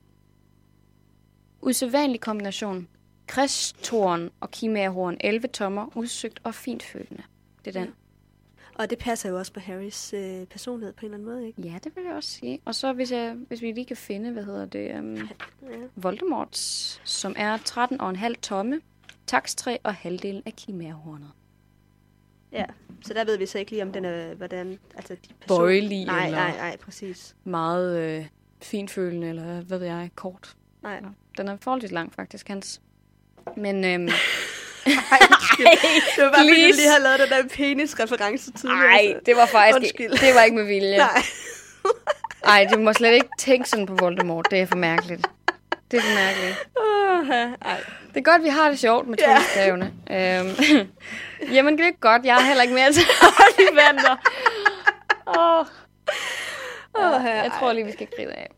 Usædvanlig kombination. Kristtorn og kimærhorn, 11 tommer, udsøgt og fintfølende. Det er den. Ja. Og det passer jo også på Harrys personlighed på en eller anden måde, ikke? Ja, det vil jeg også sige. Og så hvis vi lige kan finde, Voldemorts, som er 13,5 tomme, takstræ og halvdelen af kimærhornet. Ja, så der ved vi så ikke lige, om den er, hvordan... Altså, bøjelig, nej, præcis. Meget fintfølende, eller hvad ved jeg, kort. Nej. Ja, den er forholdsvis lang, faktisk, hans. Men... det var bare, fordi du lige har lavet den der penis-reference tidligere. Nej, det var faktisk det var ikke med vilje. Nej. Ej, du må slet ikke tænke sådan på Voldemort. Det er for mærkeligt. Det er for mærkeligt. Det er godt, vi har det sjovt med tryllestavene. Jamen, det er godt. Jeg har heller ikke mere til Ollivander. Jeg tror lige, vi skal grine af.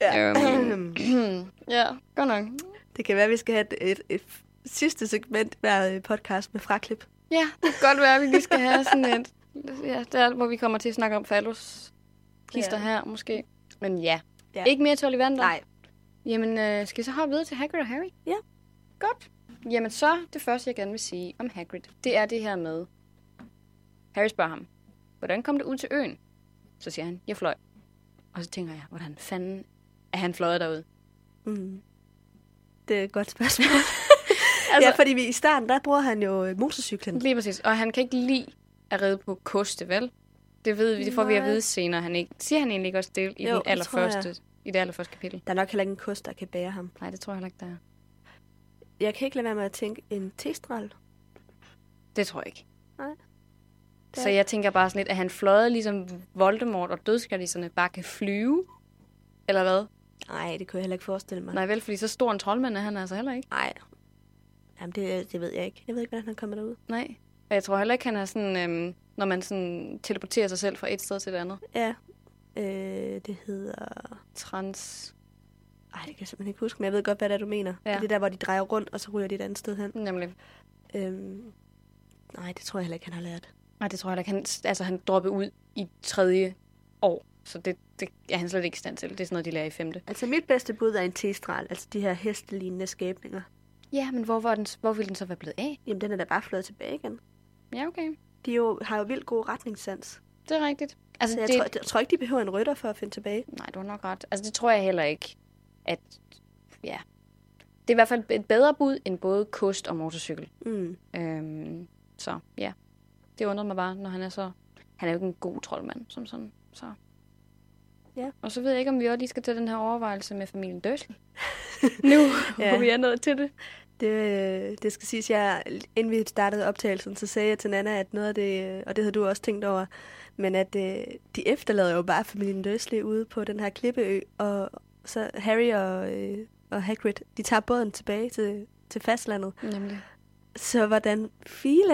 Ja, godt nok. Det kan være, at vi skal have et sidste segment hver podcast med fraklip. Ja, det kan godt være, at vi lige skal have sådan et... Ja, der, hvor vi kommer til at snakke om phallus-kister her, måske. Men ja, ikke mere til Ollivander. Nej. Jamen, skal vi så hoppe videre til Hagrid og Harry? Ja. Godt. Jamen så, det første, jeg gerne vil sige om Hagrid, det er det her med... Harry spørger ham, hvordan kom det ud til øen? Så siger han, jeg fløj. Og så tænker jeg, hvordan fanden er han fløjet derude? Mm. Det er et godt spørgsmål. Ja, fordi i starten, der bruger han jo motorcyklen. Lige præcis. Og han kan ikke lide at ride på koste, vel? Det ved vi, det får vi at vide senere. Han ikke, siger han egentlig ikke også det i det allerførste kapitel? Der er nok heller ikke en kost, der kan bære ham. Nej, det tror jeg heller ikke, der er. Jeg kan ikke lade være med at tænke en testral. Det tror jeg ikke. Nej. Så jeg tænker bare sådan lidt, at han fløjet ligesom Voldemort og dødsskaldisserne bare kan flyve. Eller hvad? Nej, det kunne jeg heller ikke forestille mig. Nej, vel, fordi så stor en troldmand er han altså heller ikke. Nej. Jamen, det ved jeg ikke. Jeg ved ikke, hvordan han kommer derud. Nej. Og jeg tror heller ikke, han er sådan, når man sådan teleporterer sig selv fra et sted til det andet. Ja. Det hedder... Trans... Ej, det kan jeg simpelthen ikke huske, men jeg ved godt, hvad det er, du mener. Ja. Det er der, hvor de drejer rundt, og så ryger de et andet sted hen. Nemlig. Nej, det tror jeg heller ikke, han har lært. Nej, det tror jeg ikke. Han droppede ud i 3. år, så det er han slet ikke i stand til. Det er sådan noget, de lærer i 5. Altså, mit bedste bud er en testral, altså de her hestelignende skabninger. Ja, men hvor ville den så være blevet af? Jamen, den er da bare fløjet tilbage igen. Ja, okay. De har jo vildt god retningssans. Det er rigtigt. Altså, jeg tror ikke, de behøver en rytter for at finde tilbage. Nej, du har nok ret. Altså, det tror jeg heller ikke, at... Ja. Det er i hvert fald et bedre bud end både kost og motorcykel. Mm. Så, ja. Det undrer mig bare, når han er så... Han er jo ikke en god troldmand, som sådan. Så. Ja. Og så ved jeg ikke, om vi også lige skal til den her overvejelse med familien Dursley. Nu, hvor vi er nået til det. Det skal siges, inden vi startede optagelsen, så sagde jeg til Nana, at noget af det, og det havde du også tænkt over, men at de efterlader jo bare familien Dursley ude på den her klippeø, og så Harry og Hagrid, de tager båden tilbage til fastlandet. Nemlig. Så hvordan filan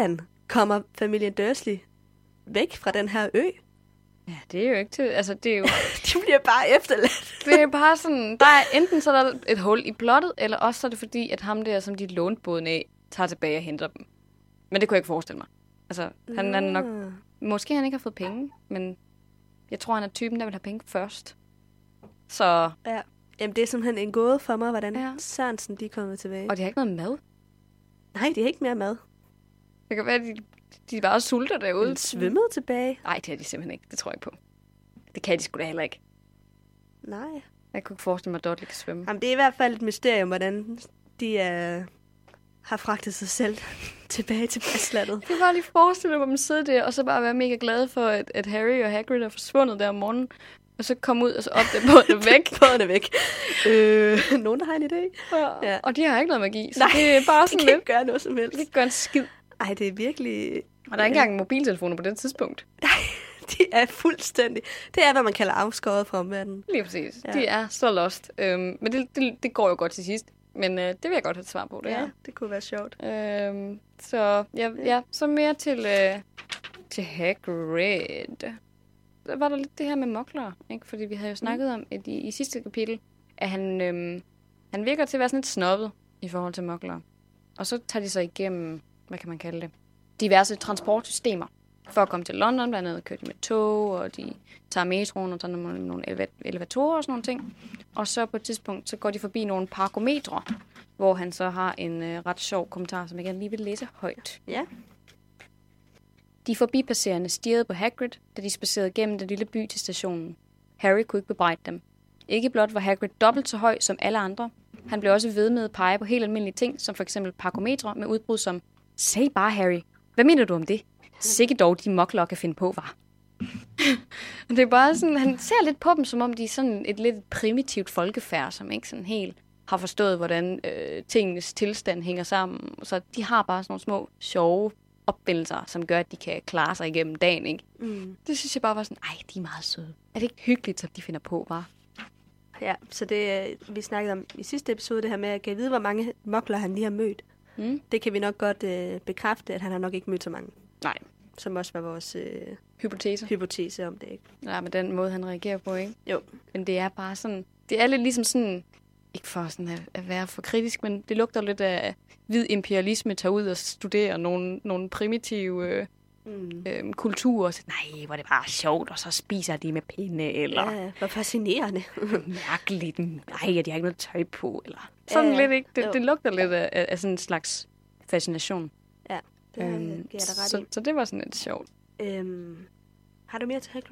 kommer familien Dursley væk fra den her ø. Ja, det er jo ikke til... Altså, det er jo... De bliver bare efterladt. Det er bare sådan... Der er enten så er der et hul i plottet, eller også så er det fordi, at ham der, som de lånte båden af, tager tilbage og henter dem. Men det kunne jeg ikke forestille mig. Altså, han er nok... Måske han ikke har fået penge, men jeg tror, han er typen, der vil have penge først. Så... Ja. Jamen, det er simpelthen en gåde for mig, hvordan Sørensen, de er kommet tilbage. Og de har ikke noget mad. Nej, de har ikke mere mad. Det kan være, at de bare sulter derude. De svømmede tilbage. Nej, det har de simpelthen ikke. Det tror jeg ikke på. Det kan de sgu da heller ikke. Nej. Jeg kunne ikke forestille mig, at Dudley kan svømme. Jamen, det er i hvert fald et mysterium, hvordan de har fragtet sig selv tilbage til fastlandet. Jeg kan bare lige forestille mig, at man sidder der, og så bare være mega glad for, at Harry og Hagrid er forsvundet der om morgenen. Og så komme ud, og så opdage båden væk. Båden er væk. Nogen, der har en idé. Ja. Og de har ikke noget magi, så nej, det er bare sådan de kan ikke gøre noget som helst. De kan ikke gøre en skid. Ej, det er virkelig... Og der er ikke engang mobiltelefoner på det tidspunkt. Nej, de er fuldstændig... Det er, hvad man kalder afskåret fra omverdenen. Lige præcis. Ja. De er så lost. Men det går jo godt til sidst. Men det vil jeg godt have et svar på. Det kunne være sjovt. Så mere til Hagrid. Så var der lidt det her med mugglere, ikke? Fordi vi havde jo snakket om at i sidste kapitel, at han virker til at være sådan lidt snobbet i forhold til mugglere. Og så tager de sig igennem, hvad kan man kalde det, diverse transportsystemer for at komme til London. Blandt andet kører de med tog, og de tager metroen og tager nogle elevatorer og sådan nogle ting. Og så på et tidspunkt, så går de forbi nogle parkometre, hvor han så har en ret sjov kommentar, som jeg gerne lige vil læse højt. Ja. De forbipasserende stirrede på Hagrid, da de spacerede gennem den lille by til stationen. Harry kunne ikke bebrejde dem. Ikke blot var Hagrid dobbelt så høj som alle andre. Han blev også ved med at pege på helt almindelige ting, som for eksempel parkometre med udbrud som "Sag bare, Harry. Hvad mener du om det? Sikke dog, de mugglere kan finde på, var." Det er bare sådan, han ser lidt på dem, som om de er sådan et lidt primitivt folkefærd, som ikke sådan helt har forstået, hvordan tingenes tilstand hænger sammen. Så de har bare sådan nogle små, sjove opfindelser, som gør, at de kan klare sig igennem dagen, ikke? Mm. Det synes jeg bare var sådan, de er meget søde. Er det ikke hyggeligt, at de finder på, bare? Ja, så det, vi snakkede om i sidste episode, det her med, at kan vide, hvor mange mugglere han lige har mødt. Mm. Det kan vi nok godt bekræfte, at han har nok ikke mødt så mange. Nej. Som også var vores hypotese om det, ikke? Ja, med den måde, han reagerer på, ikke? Jo. Men det er bare sådan, det er lidt ligesom sådan, ikke for sådan at være for kritisk, men det lugter lidt af hvid imperialisme, tager ud og studerer nogle primitive kulturer. Så, nej, hvor det bare sjovt, og så spiser de med pinde, eller... Ja, hvor fascinerende. Mærkeligt. Nej, de har ikke noget tøj på, eller... Sådan lidt, ikke? Det lugter lidt af sådan en slags fascination. Ja, det giver jeg dig ret i. Så det var sådan lidt sjovt. Har du mere til Hagrid?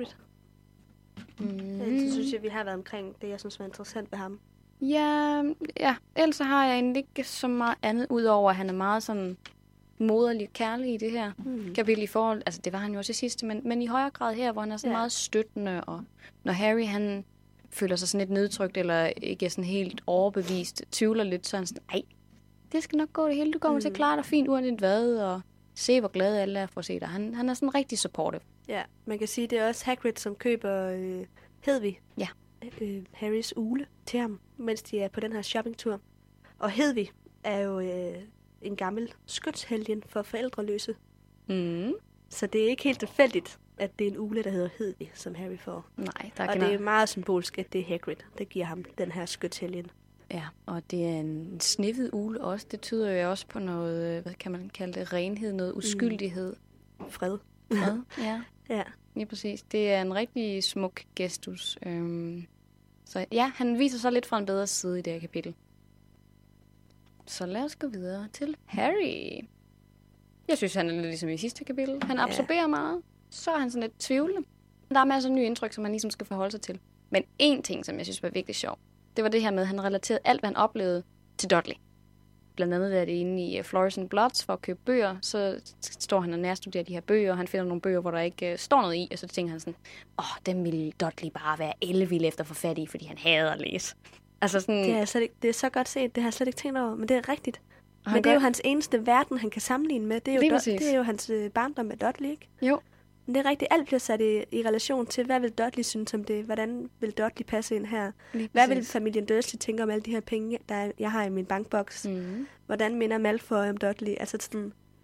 Så synes jeg, vi har været omkring det, jeg synes var interessant ved ham. Ja, ellers har jeg egentlig ikke så meget andet, udover at han er meget sådan moderlig og kærlig i det her kapitel i forhold. Altså, det var han jo også i sidste, men i højere grad her, hvor han er sådan meget støttende, og når Harry, han føler sig sådan lidt nedtrykt, eller ikke er sådan helt overbevist, tvivler lidt, så er han sådan, det skal nok gå det hele, du kommer til at klare dig fint, uanset hvad, og se, hvor glade alle er for at se dig. Han er sådan rigtig supportive. Ja, man kan sige, det er også Hagrid, som køber Hedvig. Ja. Harrys ule til ham, mens de er på den her shoppingtur. Og Hedvig er jo en gammel skytshelgen for forældreløse. Mm. Så det er ikke helt tilfældigt, at det er en ule, der hedder Hedvig, som Harry får. Nej, og det er meget symbolisk, at det er Hagrid, der giver ham den her skytshelgen. Ja, og det er en sniffet ule også. Det tyder jo også på noget, hvad kan man kalde det, renhed, noget uskyldighed. Fred. Ja. Ja. Lige præcis. Det er en rigtig smuk gestus. Så ja, han viser sig lidt fra en bedre side i det her kapitel. Så lad os gå videre til Harry. Jeg synes, han er lidt ligesom i sidste kapitel. Han absorberer meget. Så er han sådan lidt tvivlende. Der er masser af nye indtryk, som han ligesom skal forholde sig til. Men en ting, som jeg synes var virkelig sjov, det var det her med, at han relaterede alt, hvad han oplevede, til Dudley. Blandt andet er det inde i Florence & Bloods for at købe bøger, så står han og nærstuderer de her bøger, og han finder nogle bøger, hvor der ikke står noget i, og så tænker han sådan, dem ville Dudley bare være ellevild efter at få fat i, fordi han hader at læse. Altså sådan... Det er så godt set, det har jeg slet ikke tænkt over, men det er rigtigt. Men det er jo hans eneste verden, han kan sammenligne med. Det er jo hans barndom med Dudley, ikke? Jo. Men det er rigtigt, alt bliver sat i relation til, hvad vil Dudley synes om det? Hvordan vil Dudley passe ind her? Hvad vil familien Dursley tænke om alle de her penge, jeg har i min bankboks? Mm. Hvordan minder Malfoy om Dudley? Altså sådan,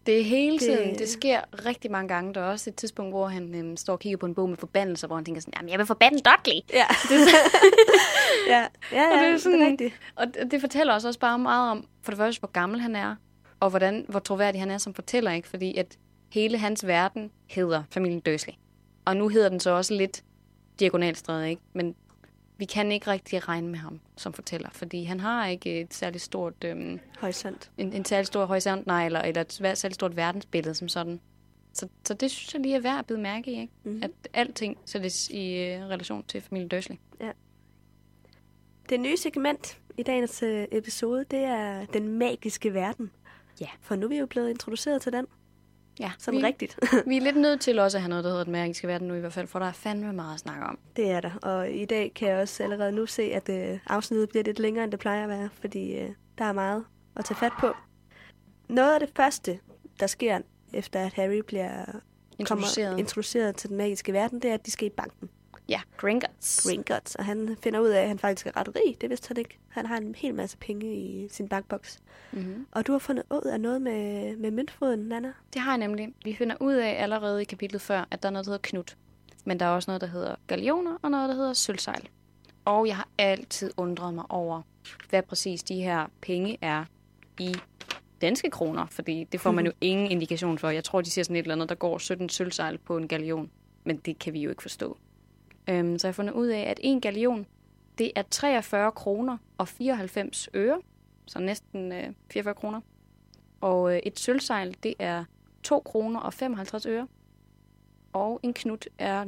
Det er hele tiden. Det sker rigtig mange gange. Der er også et tidspunkt, hvor han står og kigger på en bog med forbandelser, hvor han tænker sådan, jamen jeg vil forbande Dudley. Ja. ja, det er sådan, det er rigtigt. Og det fortæller os også bare meget om, for det første, hvor gammel han er, og hvor troværdig han er som fortæller, ikke? Fordi at hele hans verden hedder familien Dursley. Og nu hedder den så også lidt Diagonalstræde, ikke? Men vi kan ikke rigtig regne med ham som fortæller, fordi han har ikke et særligt stort... horisont. En særlig stor horisont, nej, eller et særligt stort verdensbillede som sådan. Så det synes jeg lige er værd at bide mærke i, ikke? Mm-hmm. At alting sættes i relation til familien Dursley. Ja. Det nye segment i dagens episode, det er den magiske verden. Ja. For nu er vi jo blevet introduceret til den. Ja, sådan rigtigt. Vi er lidt nødt til også at have noget, der hedder den magiske verden nu i hvert fald, for der er fandme meget at snakke om. Det er der, og i dag kan jeg også allerede nu se, at afsnittet bliver lidt længere, end det plejer at være, fordi der er meget at tage fat på. Noget af det første, der sker, efter at Harry bliver introduceret til den magiske verden, det er, at de skal i banken. Ja, Gringotts, og han finder ud af, at han faktisk er ret rig. Det vidste han ikke. Han har en hel masse penge i sin bankboks. Mm-hmm. Og du har fundet ud af noget med møntfoden, Nana? Det har jeg nemlig. Vi finder ud af allerede i kapitlet før, at der er noget, der hedder Knut. Men der er også noget, der hedder galioner, og noget, der hedder sølvsejl. Og jeg har altid undret mig over, hvad præcis de her penge er i danske kroner. Fordi det får man jo ingen indikation for. Jeg tror, de siger sådan et eller andet, der går 17 sølvsejl på en galion. Men det kan vi jo ikke forstå. Så jeg har fundet ud af, at en galion, det er 43 kroner og 94 øre. Så næsten 44 kroner. Og et sølvsejl, det er 2 kroner og 55 øre. Og en knut er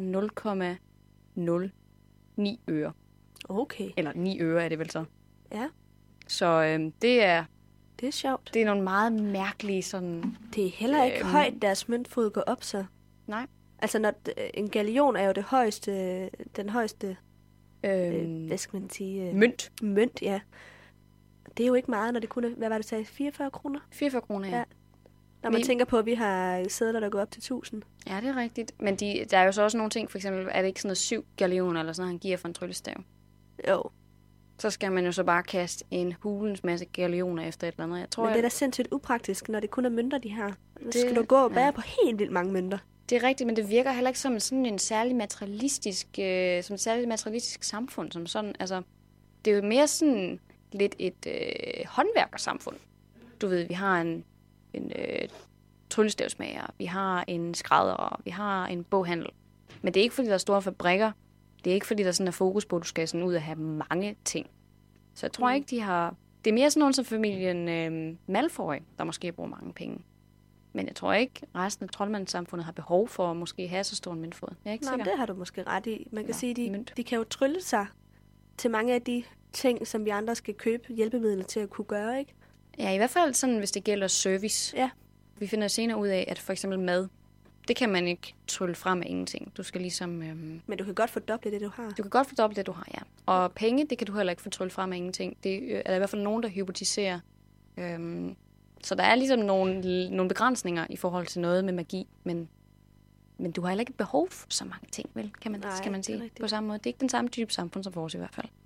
0,09 øre. Okay. Eller 9 øre er det vel så. Ja. Så det er sjovt. Det er nogle meget mærkelige sådan... Det er heller ikke højt, deres møntfod går op så. Nej. Altså, når en galion er jo den højeste, hvad skal man sige? Mønt, ja. Det er jo ikke meget, når det kun er, hvad var det, sagde, 44 kroner? 44 kroner, ja. Når man tænker på, at vi har sædler, der går op til 1000. Ja, det er rigtigt. Men der er jo så også nogle ting, for eksempel, er det ikke sådan noget 7 galioner, eller sådan noget, han giver for en tryllestav? Jo. Så skal man jo så bare kaste en hulens masse galioner efter et eller andet. Men det er da sindssygt upraktisk, når det kun er mønter, de har. Så skal du gå og bære på helt vildt mange mønter. Det er rigtigt, men det virker heller ikke som sådan en særlig materialistisk samfund. Som sådan. Altså, det er jo mere sådan lidt et håndværkersamfund. Du ved, vi har en tryllestavsmager, vi har en skrædder, vi har en boghandel. Men det er ikke, fordi der er store fabrikker. Det er ikke, fordi der sådan er fokus på, at du skal sådan ud og have mange ting. Så jeg tror ikke, de har... Det er mere sådan nogen som familien Malfoy, der måske bruger mange penge. Men jeg tror ikke, resten af troldmandssamfundet har behov for at måske have så stor en møntfod. Jeg er ikke sikker. Det har du måske ret i. Man kan sige, de kan jo trylle sig til mange af de ting, som vi andre skal købe hjælpemidler til at kunne gøre, ikke? Ja, i hvert fald sådan, hvis det gælder service. Ja. Vi finder senere ud af, at for eksempel mad, det kan man ikke trylle frem af ingenting. Du skal ligesom... Men du kan godt fordoble det, du har. Du kan godt fordoble det, du har, ja. Og penge, det kan du heller ikke få trylle frem af ingenting. Det er der i hvert fald nogen, der hypotiserer. Så der er ligesom nogle begrænsninger i forhold til noget med magi, men du har heller ikke behov for så mange ting, vel? Skal man sige på samme måde. Det er ikke den samme type samfund som vores i hvert fald.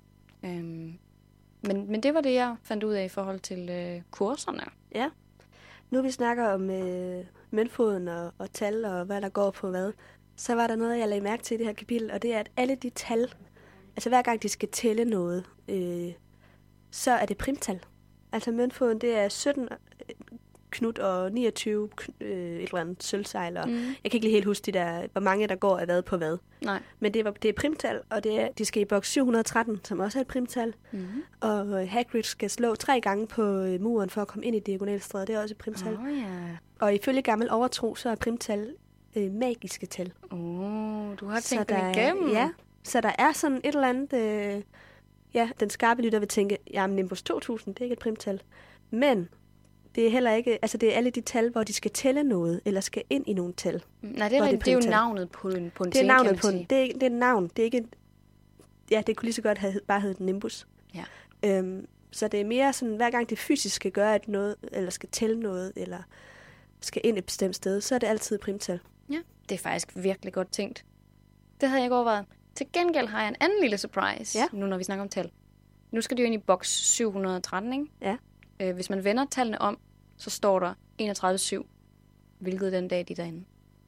Men det var det, jeg fandt ud af i forhold til kurserne. Ja. Nu vi snakker om møntfoden og tal og hvad der går på hvad, så var der noget, jeg lagde mærke til i det her kapitel, og det er, at alle de tal, altså hver gang de skal tælle noget, så er det primtal. Altså møntfoden, det er 17 knut og 29 et eller andet sølvsejl. Jeg kan ikke lige helt huske hvor mange der går af hvad på hvad. Nej. Men det er primtal, og de skal i boks 713, som også er et primtal. Mm-hmm. Og Hagrid skal slå 3 gange på muren for at komme ind i Diagonalstræde. Det er også et primtal. Og ifølge gammel overtro, så er primtal magiske tal. Du har tænkt det igennem. Ja, så der er sådan et eller andet... den skarpe lytter vil tænke, jamen Nimbus 2000, det er ikke et primtal. Men det er heller ikke, altså det er alle de tal, hvor de skal tælle noget, eller skal ind i nogle tal. Nej, det er jo navnet på en ting, det er navnet på det er et navn, det er ikke det kunne lige så godt bare hedde Nimbus. Ja. Så det er mere sådan, hver gang det fysisk skal gøre noget, eller skal tælle noget, eller skal ind et bestemt sted, så er det altid primtal. Ja, det er faktisk virkelig godt tænkt. Det havde jeg ikke overvejet. Til gengæld har jeg en anden lille surprise, nu når vi snakker om tal. Nu skal du ind i boks 713, ikke? Ja. Hvis man vender tallene om, så står der 31/7, hvilket er den dag, de er derinde.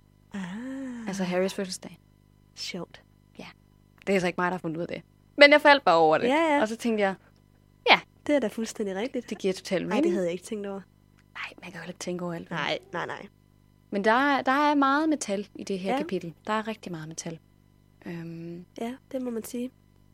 Altså Harrys fødselsdag. Sjovt. Ja, det er altså ikke mig, der har fundet ud af det. Men jeg faldt bare over det. Ja. Og så tænkte jeg, Det er da fuldstændig rigtigt. det giver totalt Nej, mening. det havde jeg ikke tænkt over. Nej, man kan jo ikke tænke over alt. Nej. Men der er meget metal i det her Ja. kapitel. Der er rigtig meget metal. Ja, det må man sige.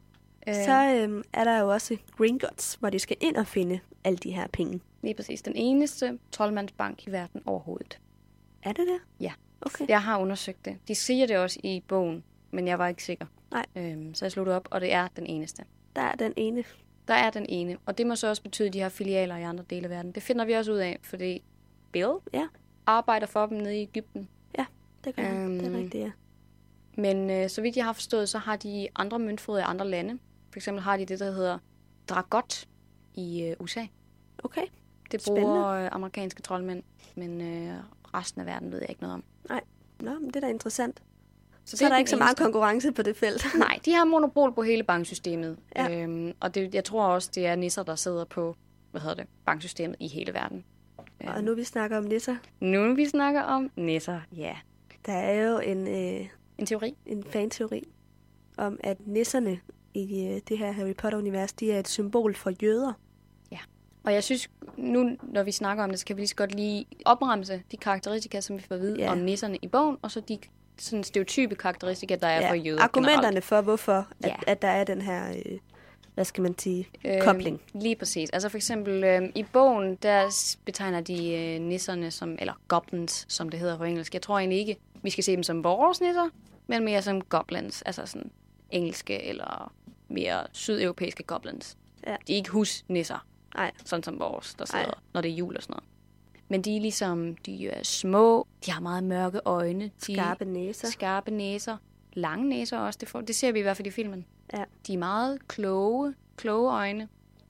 Så er der jo også Gringotts, hvor de skal ind og finde alle de her penge. Lige præcis. Den eneste troldmandsbank i verden overhovedet. Er det det? Ja. Okay. Jeg har undersøgt det. De siger det også i bogen, men jeg var ikke sikker. Nej. Så jeg slog det op, og det er den eneste. Der er den ene. Der er den ene, og det må så også betyde, at de har filialer i andre dele af verden. Det finder vi også ud af, fordi Bill arbejder for dem nede i Egypten. Det gør han. Det er rigtigt, ja. Men så vidt jeg har forstået, så har de andre møntfoder i andre lande. For eksempel har de det, der hedder Dragot i USA. Okay. Det bruger amerikanske troldmænd, men resten af verden ved jeg ikke noget om. Nå, men det er da interessant. Så Så er der den ikke så meget eneste. konkurrence på det felt. Nej, de har monopol på hele banksystemet. Ja. Og jeg tror også, det er nisser, der sidder på banksystemet i hele verden. Og nu vi snakker om nisser, Nu vi snakker om nisser, ja. der er jo En teori. en fanteori om, at nisserne i det her Harry Potter-univers, de er et symbol for jøder. Og jeg synes, nu når vi snakker om det, så kan vi lige så godt lige opremse de karakteristika, som vi får at vide om nisserne i bogen, og så de sådan stereotype karakteristika, der er for jøder argumenterne generelt. for, hvorfor at der er den her, hvad skal man sige, kobling. Lige præcis. Altså for eksempel i bogen, der betegner de nisserne som, eller goblins, som det hedder på engelsk. Jeg tror egentlig ikke, vi skal se dem som vores nisser, men mere som goblins, altså sådan engelske eller mere sydeuropæiske goblins. Ja. De er ikke husnisser. Nej. Sådan som vores, der sidder, når det er jul og sådan noget. Men de er ligesom, de er små, de har meget mørke øjne. Skarpe næser. Skarpe næser. Lange næser også, det ser vi i hvert fald i filmen. Ja. De er meget kloge øjne.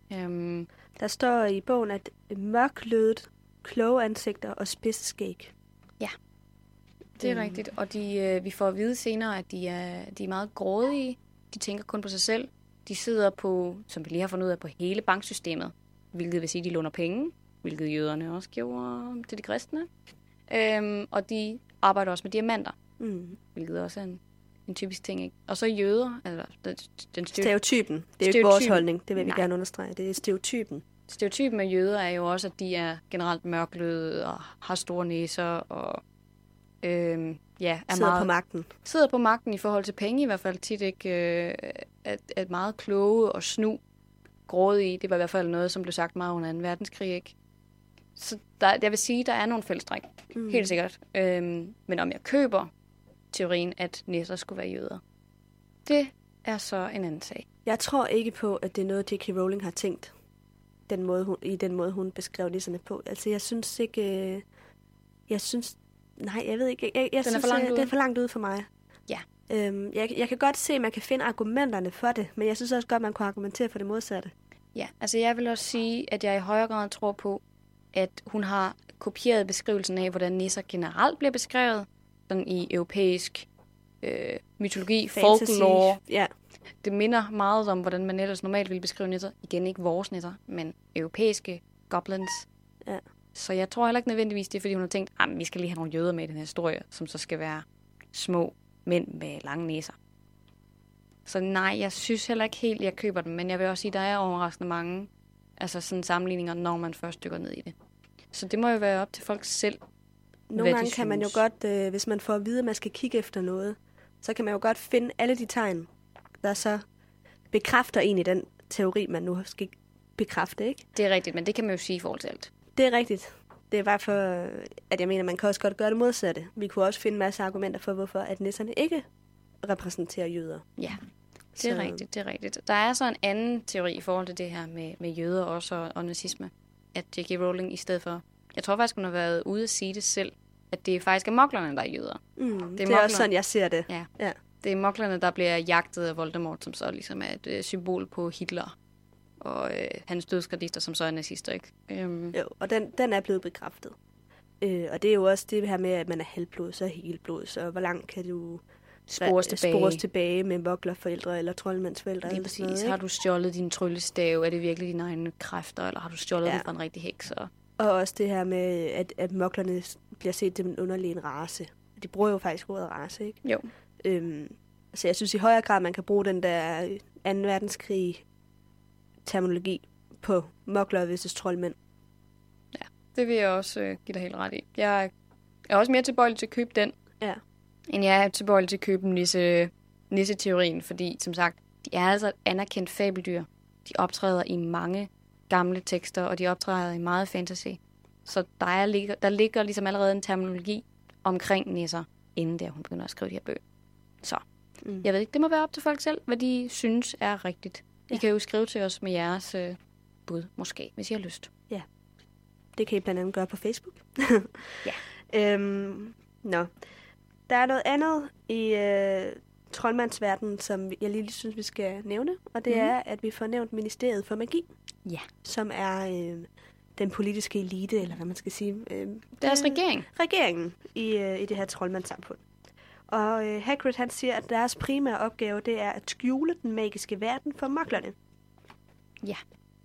Der står i bogen, at mørklødet, kloge ansigter og spidse skæg. Ja, det er rigtigt. Og vi får at vide senere, at de er meget grådige. De tænker kun på sig selv. De sidder på, som vi lige har fundet ud af, på hele banksystemet. Hvilket vil sige, at de låner penge. Hvilket jøderne også gjorde til de kristne. Og de arbejder også med diamanter. Hvilket også er en typisk ting, ikke? Og så jøder, altså den stereotypen. Det er jo ikke vores holdning, det vil vi gerne understrege. Det er stereotypen. Stereotypen med jøder er jo også, at de er generelt mørkløde og har store næser og er sidder meget, på magten. Sidder på magten i forhold til penge i hvert fald tit ikke. At meget kloge og snu, grådige, det var i hvert fald noget, som blev sagt meget under 2. verdenskrig, ikke? Så jeg vil sige, der er nogle fællestræk. Helt sikkert. Men om jeg køber teorien, at nisser skulle være jøder, det er så en anden sag. Jeg tror ikke på, at det er noget, J.K. Rowling har tænkt. Den måde, hun beskrev nisserne på. Altså, jeg synes ikke... jeg ved ikke. Jeg synes, det er for langt ude for mig. Ja. Jeg kan godt se, at man kan finde argumenterne for det, men jeg synes også godt, at man kunne argumentere for det modsatte. Ja, altså jeg vil også sige, at jeg i højere grad tror på, at hun har kopieret beskrivelsen af, hvordan nisser generelt bliver beskrevet, sådan i europæisk mytologi, Fantasy. folklore. Ja. Det minder meget om, hvordan man ellers normalt ville beskrive nisser. Igen ikke vores nisser, men europæiske goblins. Ja. Så jeg tror heller ikke nødvendigvis, det er, fordi hun har tænkt, at vi skal lige have nogle jøder med i den her historie, som så skal være små mænd med lange næser. Så nej, jeg synes heller ikke helt, jeg køber dem, men jeg vil også sige, at der er overraskende mange sådan sammenligninger, når man først dykker ned i det. Så det må jo være op til folk selv. Nogle gange kan man jo godt, hvis man får at vide, at man skal kigge efter noget, så kan man jo godt finde alle de tegn, der så bekræfter egentlig den teori, man nu skal bekræfte, ikke? Det er rigtigt, men det kan man jo sige i forhold til alt. Det er rigtigt. Det er bare for, at jeg mener, man kan også godt gøre det modsatte. Vi kunne også finde en masse argumenter for, hvorfor at nisserne ikke repræsenterer jøder. Ja, det er rigtigt. Der er så en anden teori i forhold til det her med jøder også og nazisme. At J.K. Rowling i stedet for... Jeg tror faktisk, hun har været ude at sige det selv, at det faktisk er moklerne, der er jøder. Det er også sådan, jeg ser det. Ja. Det er moklerne, der bliver jagtet af Voldemort, som så ligesom er et symbol på Hitler. Og hans dødsgradister, som så er nazister, ikke? Jo, og den er blevet bekræftet. Og det er jo også det her med, at man er halvblods og helblods, og hvor langt kan du spores tilbage med moklerforældre eller troldmandsforældre. Lige præcis. Har du stjålet din tryllestav? Er det virkelig dine egne kræfter, eller har du stjålet det fra en rigtig heks? Og også det her med, at moklerne bliver set som en underlig race. De bruger jo faktisk ordet race, ikke? Jo. Så jeg synes i højere grad, man kan bruge den der 2. verdenskrig-terminologi på mokler versus troldmænd. Ja, det vil jeg også give dig helt ret i. Jeg er også mere tilbøjelig til at købe den, end jeg er tilbøjelig til at købe nisseteorien, fordi som sagt, de er altså et anerkendt fabeldyr. De optræder i mange gamle tekster, og de optræder i meget fantasy. Så der ligger ligesom allerede en terminologi omkring nisser, inden der hun begynder at skrive de her bøger. Så jeg ved ikke, det må være op til folk selv, hvad de synes er rigtigt. I kan jo skrive til os med jeres bud, måske, hvis I har lyst. Ja, det kan I blandt andet gøre på Facebook. Ja. Der er noget andet i troldmandsverdenen, som jeg lige synes, vi skal nævne, og det er, at vi får nævnt Ministeriet for Magi, som er den politiske elite, eller hvad man skal sige. Deres regering. Regeringen i det her troldmandssamfund. Og Hagrid, han siger, at deres primære opgave, det er at skjule den magiske verden for moklerne. Ja.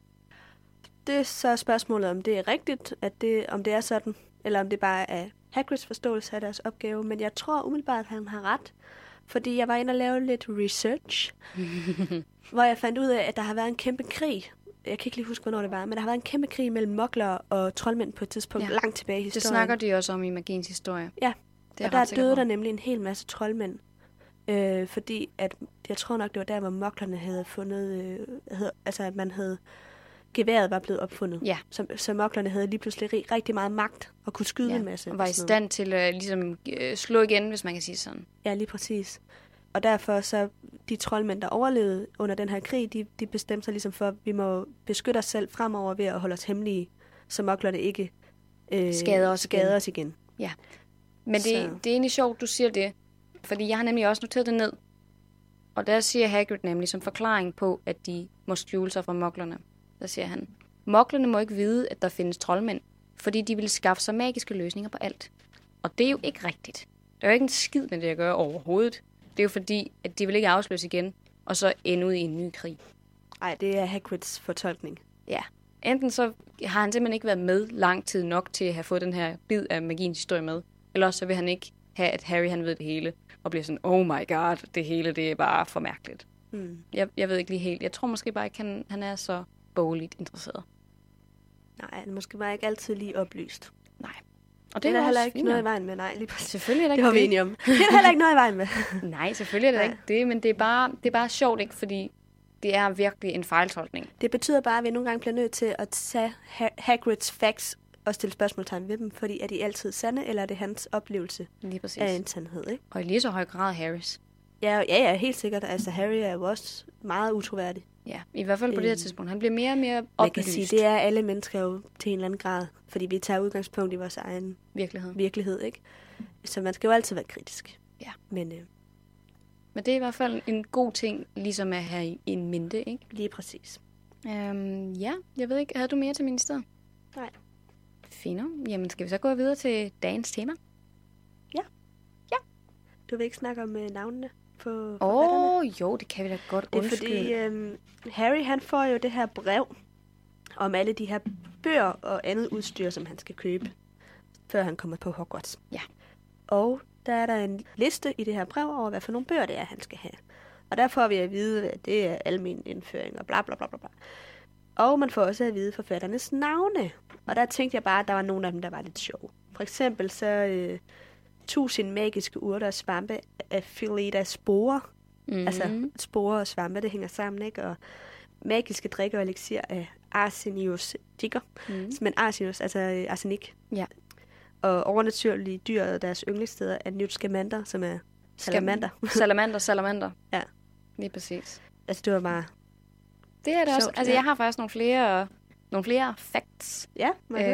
Det er så spørgsmålet, om det er rigtigt, om det er sådan, eller om det bare er Hagrids forståelse af deres opgave. Men jeg tror umiddelbart, at han har ret, fordi jeg var inde og lave lidt research, hvor jeg fandt ud af, at der har været en kæmpe krig. Jeg kan ikke lige huske, hvornår det var, men der har været en kæmpe krig mellem mokler og troldmænd på et tidspunkt langt tilbage i historien. Det snakker de også om i magiens historie. Ja, og der døde der nemlig en hel masse troldmænd. Fordi at, jeg tror nok, det var der, hvor moklerne havde fundet, at man havde, geværet var blevet opfundet. Ja. Så moklerne havde lige pludselig rigtig meget magt og kunne skyde en masse. Og var i stand til at ligesom slå igen, hvis man kan sige sådan. Ja, lige præcis. Og derfor så de troldmænd, der overlevede under den her krig, de bestemte sig ligesom for, at vi må beskytte os selv fremover ved at holde os hemmelige, så moklerne ikke skader os igen. Ja, men det er egentlig sjovt, du siger det, fordi jeg har nemlig også noteret det ned. Og der siger Hagrid nemlig som forklaring på, at de må skjule sig fra moklerne. Der siger han, moklerne må ikke vide, at der findes troldmænd, fordi de vil skaffe sig magiske løsninger på alt. Og det er jo ikke rigtigt. Der er jo ikke en skid med det at gøre overhovedet. Det er jo fordi, at de vil ikke afsløses igen, og så ende ud i en ny krig. Nej, det er Hagrids fortolkning. Ja. Enten så har han simpelthen ikke været med lang tid nok til at have fået den her bid af magiens historie med, eller også så vil han ikke have, at Harry han ved det hele, og bliver sådan, oh my god, det hele det er bare for mærkeligt. Jeg ved ikke lige helt. Jeg tror måske bare ikke, han er så bogligt interesseret. Nej, han er måske bare ikke altid lige oplyst. Nej. Og det er der heller ikke noget i vejen med, nej. Lige selvfølgelig er der ikke det. Var vi enige om. Det er der heller ikke noget i vejen med. Nej, selvfølgelig er der ikke det, men det er bare sjovt, ikke? Fordi det er virkelig en fejltolkning. Det betyder bare, at vi nogle gange bliver nødt til at tage Hagrids facts og stille spørgsmålstegn ved dem, fordi er de altid sande, eller er det hans oplevelse af en sandhed, ikke? Og i lige så høj grad Harrys. Ja, helt sikkert. Altså, Harry er jo også meget utroværdig. Ja, i hvert fald på det her tidspunkt. Han bliver mere og mere oplyst. Man kan sige, det er alle mennesker jo til en eller anden grad, fordi vi tager udgangspunkt i vores egen virkelighed, ikke? Så man skal jo altid være kritisk. Ja. Men det er i hvert fald en god ting, ligesom at have en mente, ikke? Lige præcis. Ja, jeg ved ikke. Havde du mere til ministeriet? Nej. Fino. Jamen, skal vi så gå videre til dagens tema? Ja. Du vil ikke snakke om navnene på forfatterne? Jo, det kan vi da godt. Det er fordi Harry, han får jo det her brev om alle de her bøger og andet udstyr, som han skal købe, før han kommer på Hogwarts. Ja. Og der er der en liste i det her brev over, hvad for nogle bøger det er, han skal have. Og der får vi at vide, at det er almen indføring og bla bla bla bla. Og man får også at vide forfatternes navne. Og der tænkte jeg bare, at der var nogle af dem, der var lidt sjove. For eksempel så 1000 magiske urter og svampe af Philida sporer. Altså sporer og svampe, det hænger sammen, ikke? Og magiske drikke og elixir af Arsenius digger. Men Arsenius, altså arsenik. Ja. Og overnaturlige dyr og deres yndlingssteder er Newt Scamander, som er salamander. Salamander. Ja. Lige præcis. Altså, det var bare... Det er det også. Altså, jeg har faktisk nogle flere facts. Ja,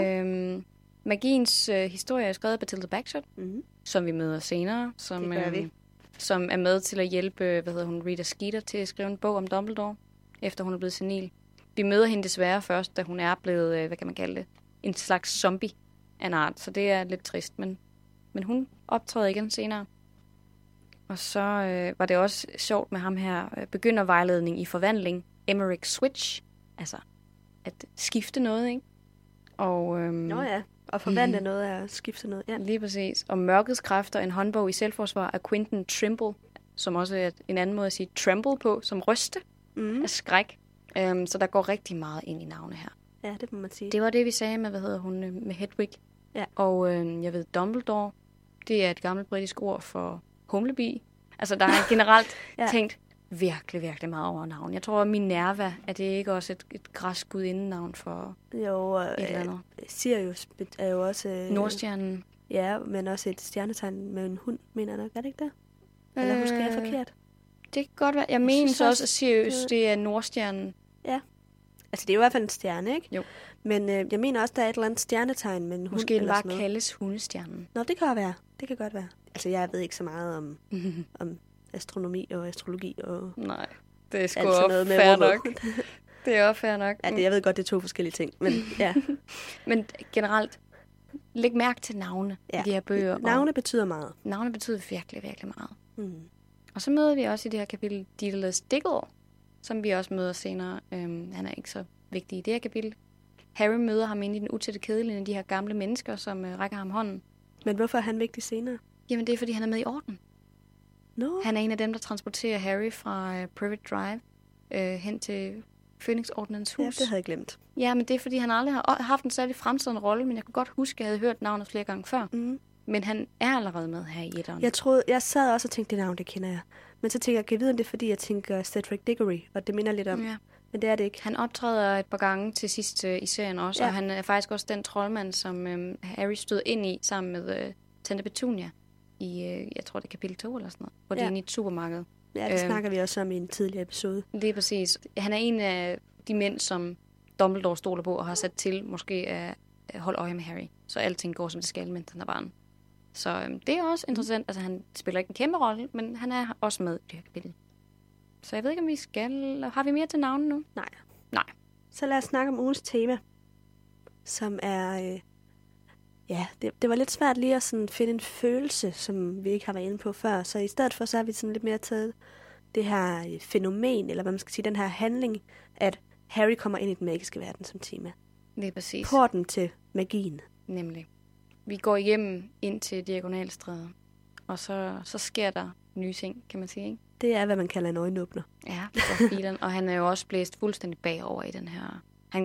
Magiens historie er skrevet af Bathilda Bagshot, som vi møder senere, som er med til at hjælpe, Rita Skeeter til at skrive en bog om Dumbledore, efter hun er blevet senil. Vi møder hende desværre først, da hun er blevet, hvad kan man kalde det, en slags zombie af en art, så det er lidt trist, men hun optræder igen senere. Og så var det også sjovt med ham her, begyndervejledning i forvandling, Emerick Switch, altså at skifte noget, ikke? Og, Nå ja, og forvandle noget er at skifte noget. Ja. Lige præcis. Og Mørkets Kræfter, en håndbog i selvforsvar af Quentin Trimble, som også er en anden måde at sige tremble på, som ryste af skræk. Så der går rigtig meget ind i navne her. Ja, det må man sige. Det var det, vi sagde med, med Hedwig. Ja. Og jeg ved, Dumbledore, det er et gammelt britisk ord for humlebi. Altså, der er generelt tænkt virkelig, virkelig meget over navn. Jeg tror, at Minerva, er det ikke også et græsk gudinden-navn for et eller andet? Sirius er jo også... Nordstjernen. Ja, men også et stjernetegn med en hund, mener jeg nok. Er det ikke det? Eller husker jeg forkert? Det kan godt være. Jeg mener så også, at Sirius, det er Nordstjernen. Ja. Altså, det er jo i hvert fald en stjerne, ikke? Jo. Men jeg mener også, der er et eller andet stjernetegn med en hund. Måske den bare kaldes hundestjernen. Nå, det kan være. Det kan godt være. Altså, jeg ved ikke så meget om astronomi og astrologi og... Nej, det er sgu fair nok. Det er også fair nok. Ja, jeg ved godt, det er to forskellige ting, men ja. Men generelt, læg mærke til navne i de her bøger. Navne betyder meget. Navne betyder virkelig, virkelig meget. Og så møder vi også i det her kapitel Daedalus Diggle, som vi også møder senere. Han er ikke så vigtig i det her kapitel. Harry møder ham inde i den utætte kedelinje af de her gamle mennesker, som rækker ham hånden. Men hvorfor er han vigtig senere? Jamen, det er, fordi han er med i orden. No. Han er en af dem, der transporterer Harry fra Privet Drive hen til Phoenix-ordenens hus. Ja, det havde jeg glemt. Ja, men det er, fordi han aldrig har haft en særlig fremtrædende rolle, men jeg kunne godt huske, at jeg havde hørt navnet flere gange før. Men han er allerede med her i etteren. Jeg sad også og tænkte, det navn, det kender jeg. Men så tænker jeg, kan jeg vide, om det er, fordi jeg tænker Cedric Diggory, og det minder lidt om. Ja. Men det er det ikke. Han optræder et par gange til sidst i serien også, og han er faktisk også den troldmand, som Harry stod ind i sammen med Tante Petunia i, jeg tror det er kapitel 2 eller sådan noget, hvor de er inde i et supermarked. Ja, det snakker vi også om i en tidligere episode. Det er præcis. Han er en af de mænd, som Dumbledore stoler på og har sat til måske at holde øje med Harry. Så alting går, som det skal, mens han er barn. Så det er også interessant. Altså, han spiller ikke en kæmpe rolle, men han er også med i det her kapitel. Så jeg ved ikke, om vi skal... Har vi mere til navnet nu? Nej. Så lad os snakke om ugens tema, som er... det var lidt svært lige at sådan finde en følelse, som vi ikke har været inde på før. Så i stedet for, så har vi sådan lidt mere taget det her fænomen, eller hvad man skal sige, den her handling, at Harry kommer ind i den magiske verden som tema. Det er præcis. Porten til magien. Nemlig. Vi går igennem ind til Diagonalstræde, og så sker der nye ting, kan man sige, ikke? Det er, hvad man kalder en øjenåbner. Ja, og han er jo også blæst fuldstændig bagover i den her.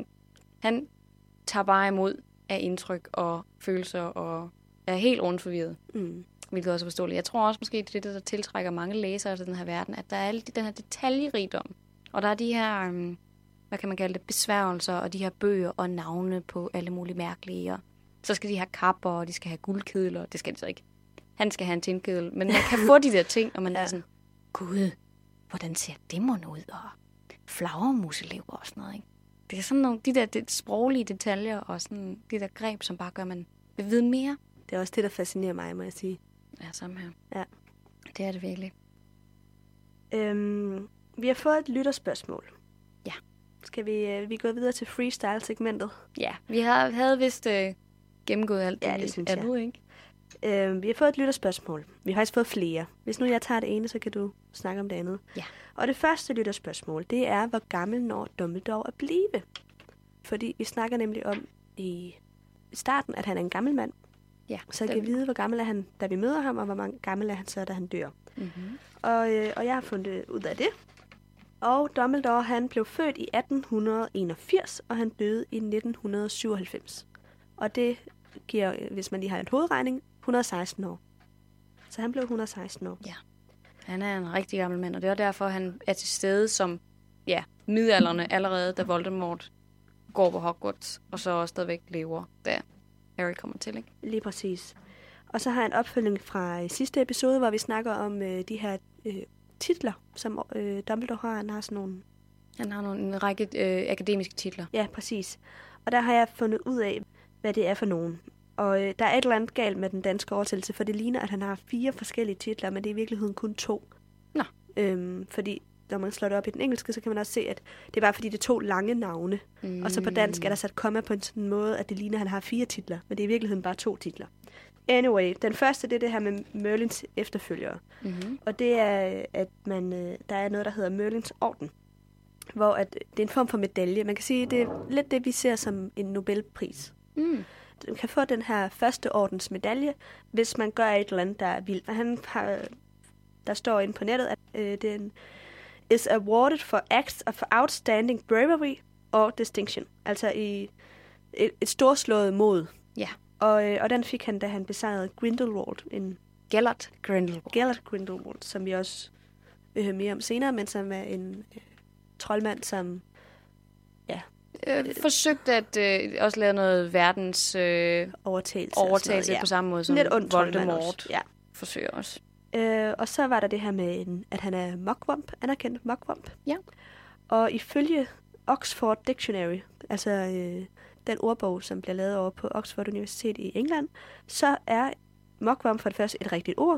Han tager bare imod af indtryk og følelser, og er helt rundforvirret. Hvilket også er forståeligt. Jeg tror også måske, det er det, der tiltrækker mange læsere til den her verden, at der er den her detaljerigdom. Og der er de her, hvad kan man kalde det, besværgelser, og de her bøger og navne på alle mulige mærkelige. Og så skal de have kapper, og de skal have guldkedler. Det skal de så ikke. Han skal have en tindkedel. Men man kan få de der ting, og man er sådan, gud, hvordan ser dæmmerne ud? Og flagermuselever og sådan noget, ikke? Det er sådan nogle, de der sproglige detaljer, og sådan de der greb, som bare gør, man vil vide mere. Det er også det, der fascinerer mig, må jeg sige. Ja, samme her. Ja. Det er det virkelig. Vi har fået et lytterspørgsmål. Ja. Skal vi gå videre til freestyle-segmentet? Ja, vi havde vist gennemgået alt det. Ja, det synes jeg. Du, ikke? Vi har fået et lytterspørgsmål. Vi har faktisk fået flere. Hvis nu jeg tager det ene, så kan du snakke om det andet. Ja. Og det første lytterspørgsmål, det er, hvor gammel når Dumbledore at blive? Fordi vi snakker nemlig om i starten, at han er en gammel mand. Ja. Så jeg kan vide, hvor gammel er han, da vi møder ham, og hvor gammel er han så, da han dør. Mm-hmm. Og jeg har fundet ud af det. Og Dumbledore, han blev født i 1881, og han døde i 1997. Og det giver, hvis man lige har en hovedregning, 116 år. Så han blev 116 år. Ja, han er en rigtig gammel mand, og det er derfor, han er til stede som midaldrende allerede, da Voldemort går på Hogwarts, og så også stadigvæk lever, da Harry kommer til, ikke? Lige præcis. Og så har jeg en opfølging fra sidste episode, hvor vi snakker om de her titler, som Dumbledore har. Han har sådan nogle... Han har en række akademiske titler. Ja, præcis. Og der har jeg fundet ud af, hvad det er for nogen. Og der er et eller andet galt med den danske oversættelse, for det ligner, at han har 4 forskellige titler, men det er i virkeligheden kun 2. Nå. Fordi når man slår det op i den engelske, så kan man også se, at det er bare fordi, det er 2 lange navne. Og så på dansk er der sat komma på en sådan måde, at det ligner, at han har 4 titler, men det er i virkeligheden bare 2 titler. Anyway, den første, det er det her med Merlins efterfølgere. Mm-hmm. Og det er, at der er noget, der hedder Merlins orden. Hvor at, det er en form for medalje. Man kan sige, det er lidt det, vi ser som en Nobelpris. Mm. Du kan få den her første ordens medalje, hvis man gør et eller andet, der er vildt. Der står inde på nettet, at den is awarded for acts of outstanding bravery or distinction. Altså i et storslået mod. Ja. Og den fik han, da han besejrede Grindelwald. Gellert Grindelwald, som vi også vil høre mere om senere, men som er en troldmand, som forsøgte at også lave noget verdens overtagelse på samme måde som Voldemort forsøger også. Og så var der det her med, at han er mugwump, anerkendt mugwump. Ja. Og ifølge Oxford Dictionary, altså den ordbog, som bliver lavet over på Oxford Universitet i England, så er mugwump for det første et rigtigt ord.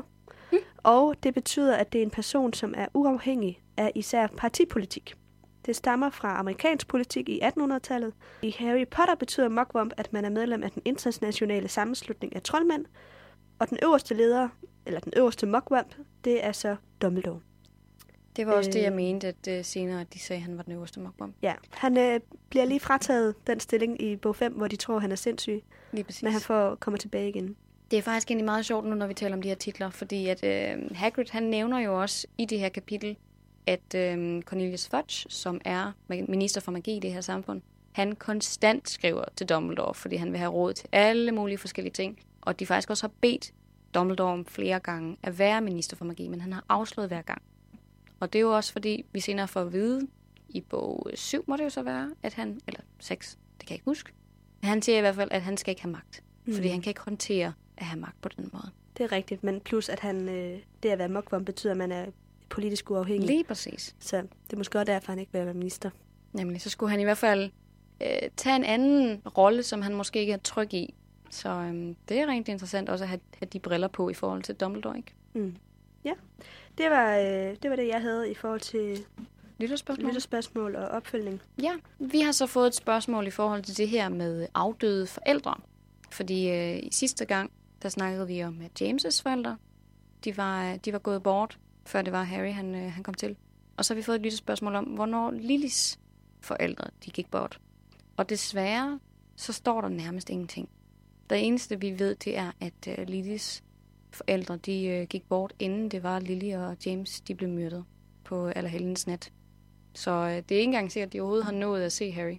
Og det betyder, at det er en person, som er uafhængig af især partipolitik. Det stammer fra amerikansk politik i 1800-tallet. I Harry Potter betyder mugwump, at man er medlem af den internationale sammenslutning af troldmænd. Og den øverste leder, eller den øverste mugwump, det er så Dumbledore. Det var også det, jeg mente, at senere de sagde, at han var den øverste mugwump. Ja, han bliver lige frataget den stilling i bog 5, hvor de tror, han er sindssyg. Lige præcis. Men han kommer tilbage igen. Det er faktisk egentlig meget sjovt nu, når vi taler om de her titler, fordi at Hagrid, han nævner jo også i det her kapitel, at Cornelius Fudge, som er minister for magi i det her samfund, han konstant skriver til Dumbledore, fordi han vil have råd til alle mulige forskellige ting. Og de faktisk også har bedt Dumbledore om flere gange at være minister for magi, men han har afslået hver gang. Og det er jo også fordi, vi senere får at vide, i bog 7 må det jo så være, at han, eller 6, det kan jeg ikke huske, men han siger i hvert fald, at han skal ikke have magt, fordi han kan ikke håndtere at have magt på den måde. Det er rigtigt, men plus at han, det at være mugwump betyder, at man er politisk uafhængig. Lige præcis. Så det er måske også derfor, han ikke vil være minister. Nemlig, så skulle han i hvert fald tage en anden rolle, som han måske ikke er tryg i. Så det er rigtig interessant også at have de briller på i forhold til Dumbledore, ikke? Mm. Ja, det var det, jeg havde i forhold til lytterspørgsmål og opfølgning. Ja, vi har så fået et spørgsmål i forhold til det her med afdøde forældre. Fordi i sidste gang, der snakkede vi om, at James' forældre, de var gået bort, før det var Harry, han kom til. Og så har vi fået et lytterspørgsmål om, hvornår Lillys forældre, de gik bort. Og desværre, så står der nærmest ingenting. Det eneste, vi ved, det er, at Lillys forældre, de gik bort, inden det var Lily og James, de blev myrdet på Allerhelgens nat. Så det er ikke engang sikkert, at de overhovedet har nået at se Harry.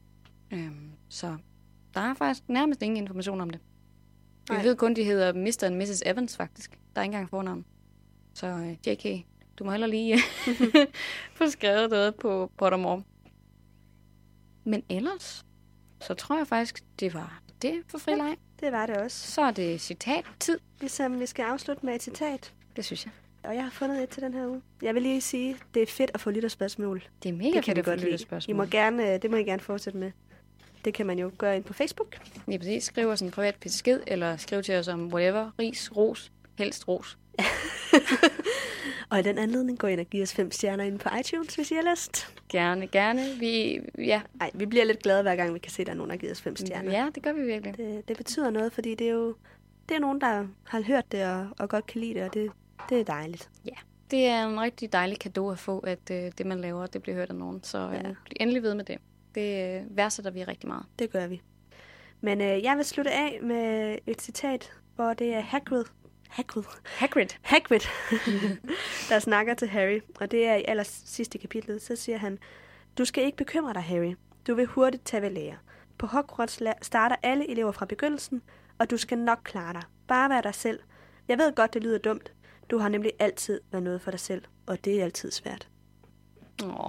Så der er faktisk nærmest ingen information om det. Vi ved kun, de hedder Mr. og Mrs. Evans, faktisk. Der er ikke engang fornavn. Så JK, du må heller lige få skrevet noget på Pottermore. Men ellers, så tror jeg faktisk, det var det for frileg. Det var det også. Så er det citat-tid. Ligesom vi skal afslutte med et citat. Det synes jeg. Og jeg har fundet et til den her uge. Jeg vil lige sige, det er fedt at få lytterspørgsmål. Det er mega fedt at få lytterspørgsmål. Det må I gerne fortsætte med. Det kan man jo gøre ind på Facebook. Ja, præcis. Skriv os en privat besked, eller skriv til os om whatever. Ris, ros, helst ros. Og i den anledning går ind og giver os 5 stjerner inde på iTunes, hvis I har lyst. Gerne. Vi bliver lidt glade, hver gang vi kan se, at der er nogen, der giver os 5 stjerner. Ja, det gør vi virkelig. Det betyder noget, fordi det er nogen, der har hørt det og godt kan lide det, og det er dejligt. Ja, det er en rigtig dejlig cadeau at få, at det, man laver, det bliver hørt af nogen. Så bliv endelig ved med det. Det værdsætter vi rigtig meget. Det gør vi. Men jeg vil slutte af med et citat, hvor det er Hagrid, der snakker til Harry. Og det er i aller sidste kapitlet. Så siger han, du skal ikke bekymre dig, Harry. Du vil hurtigt tage ved lære. På Hogwarts starter alle elever fra begyndelsen, og du skal nok klare dig. Bare vær dig selv. Jeg ved godt, det lyder dumt. Du har nemlig altid været noget for dig selv, og det er altid svært.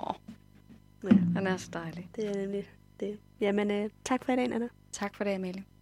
Han er så dejlig. Det er nemlig det. Jamen, tak for i dag, Anna. Tak for det, Amalie.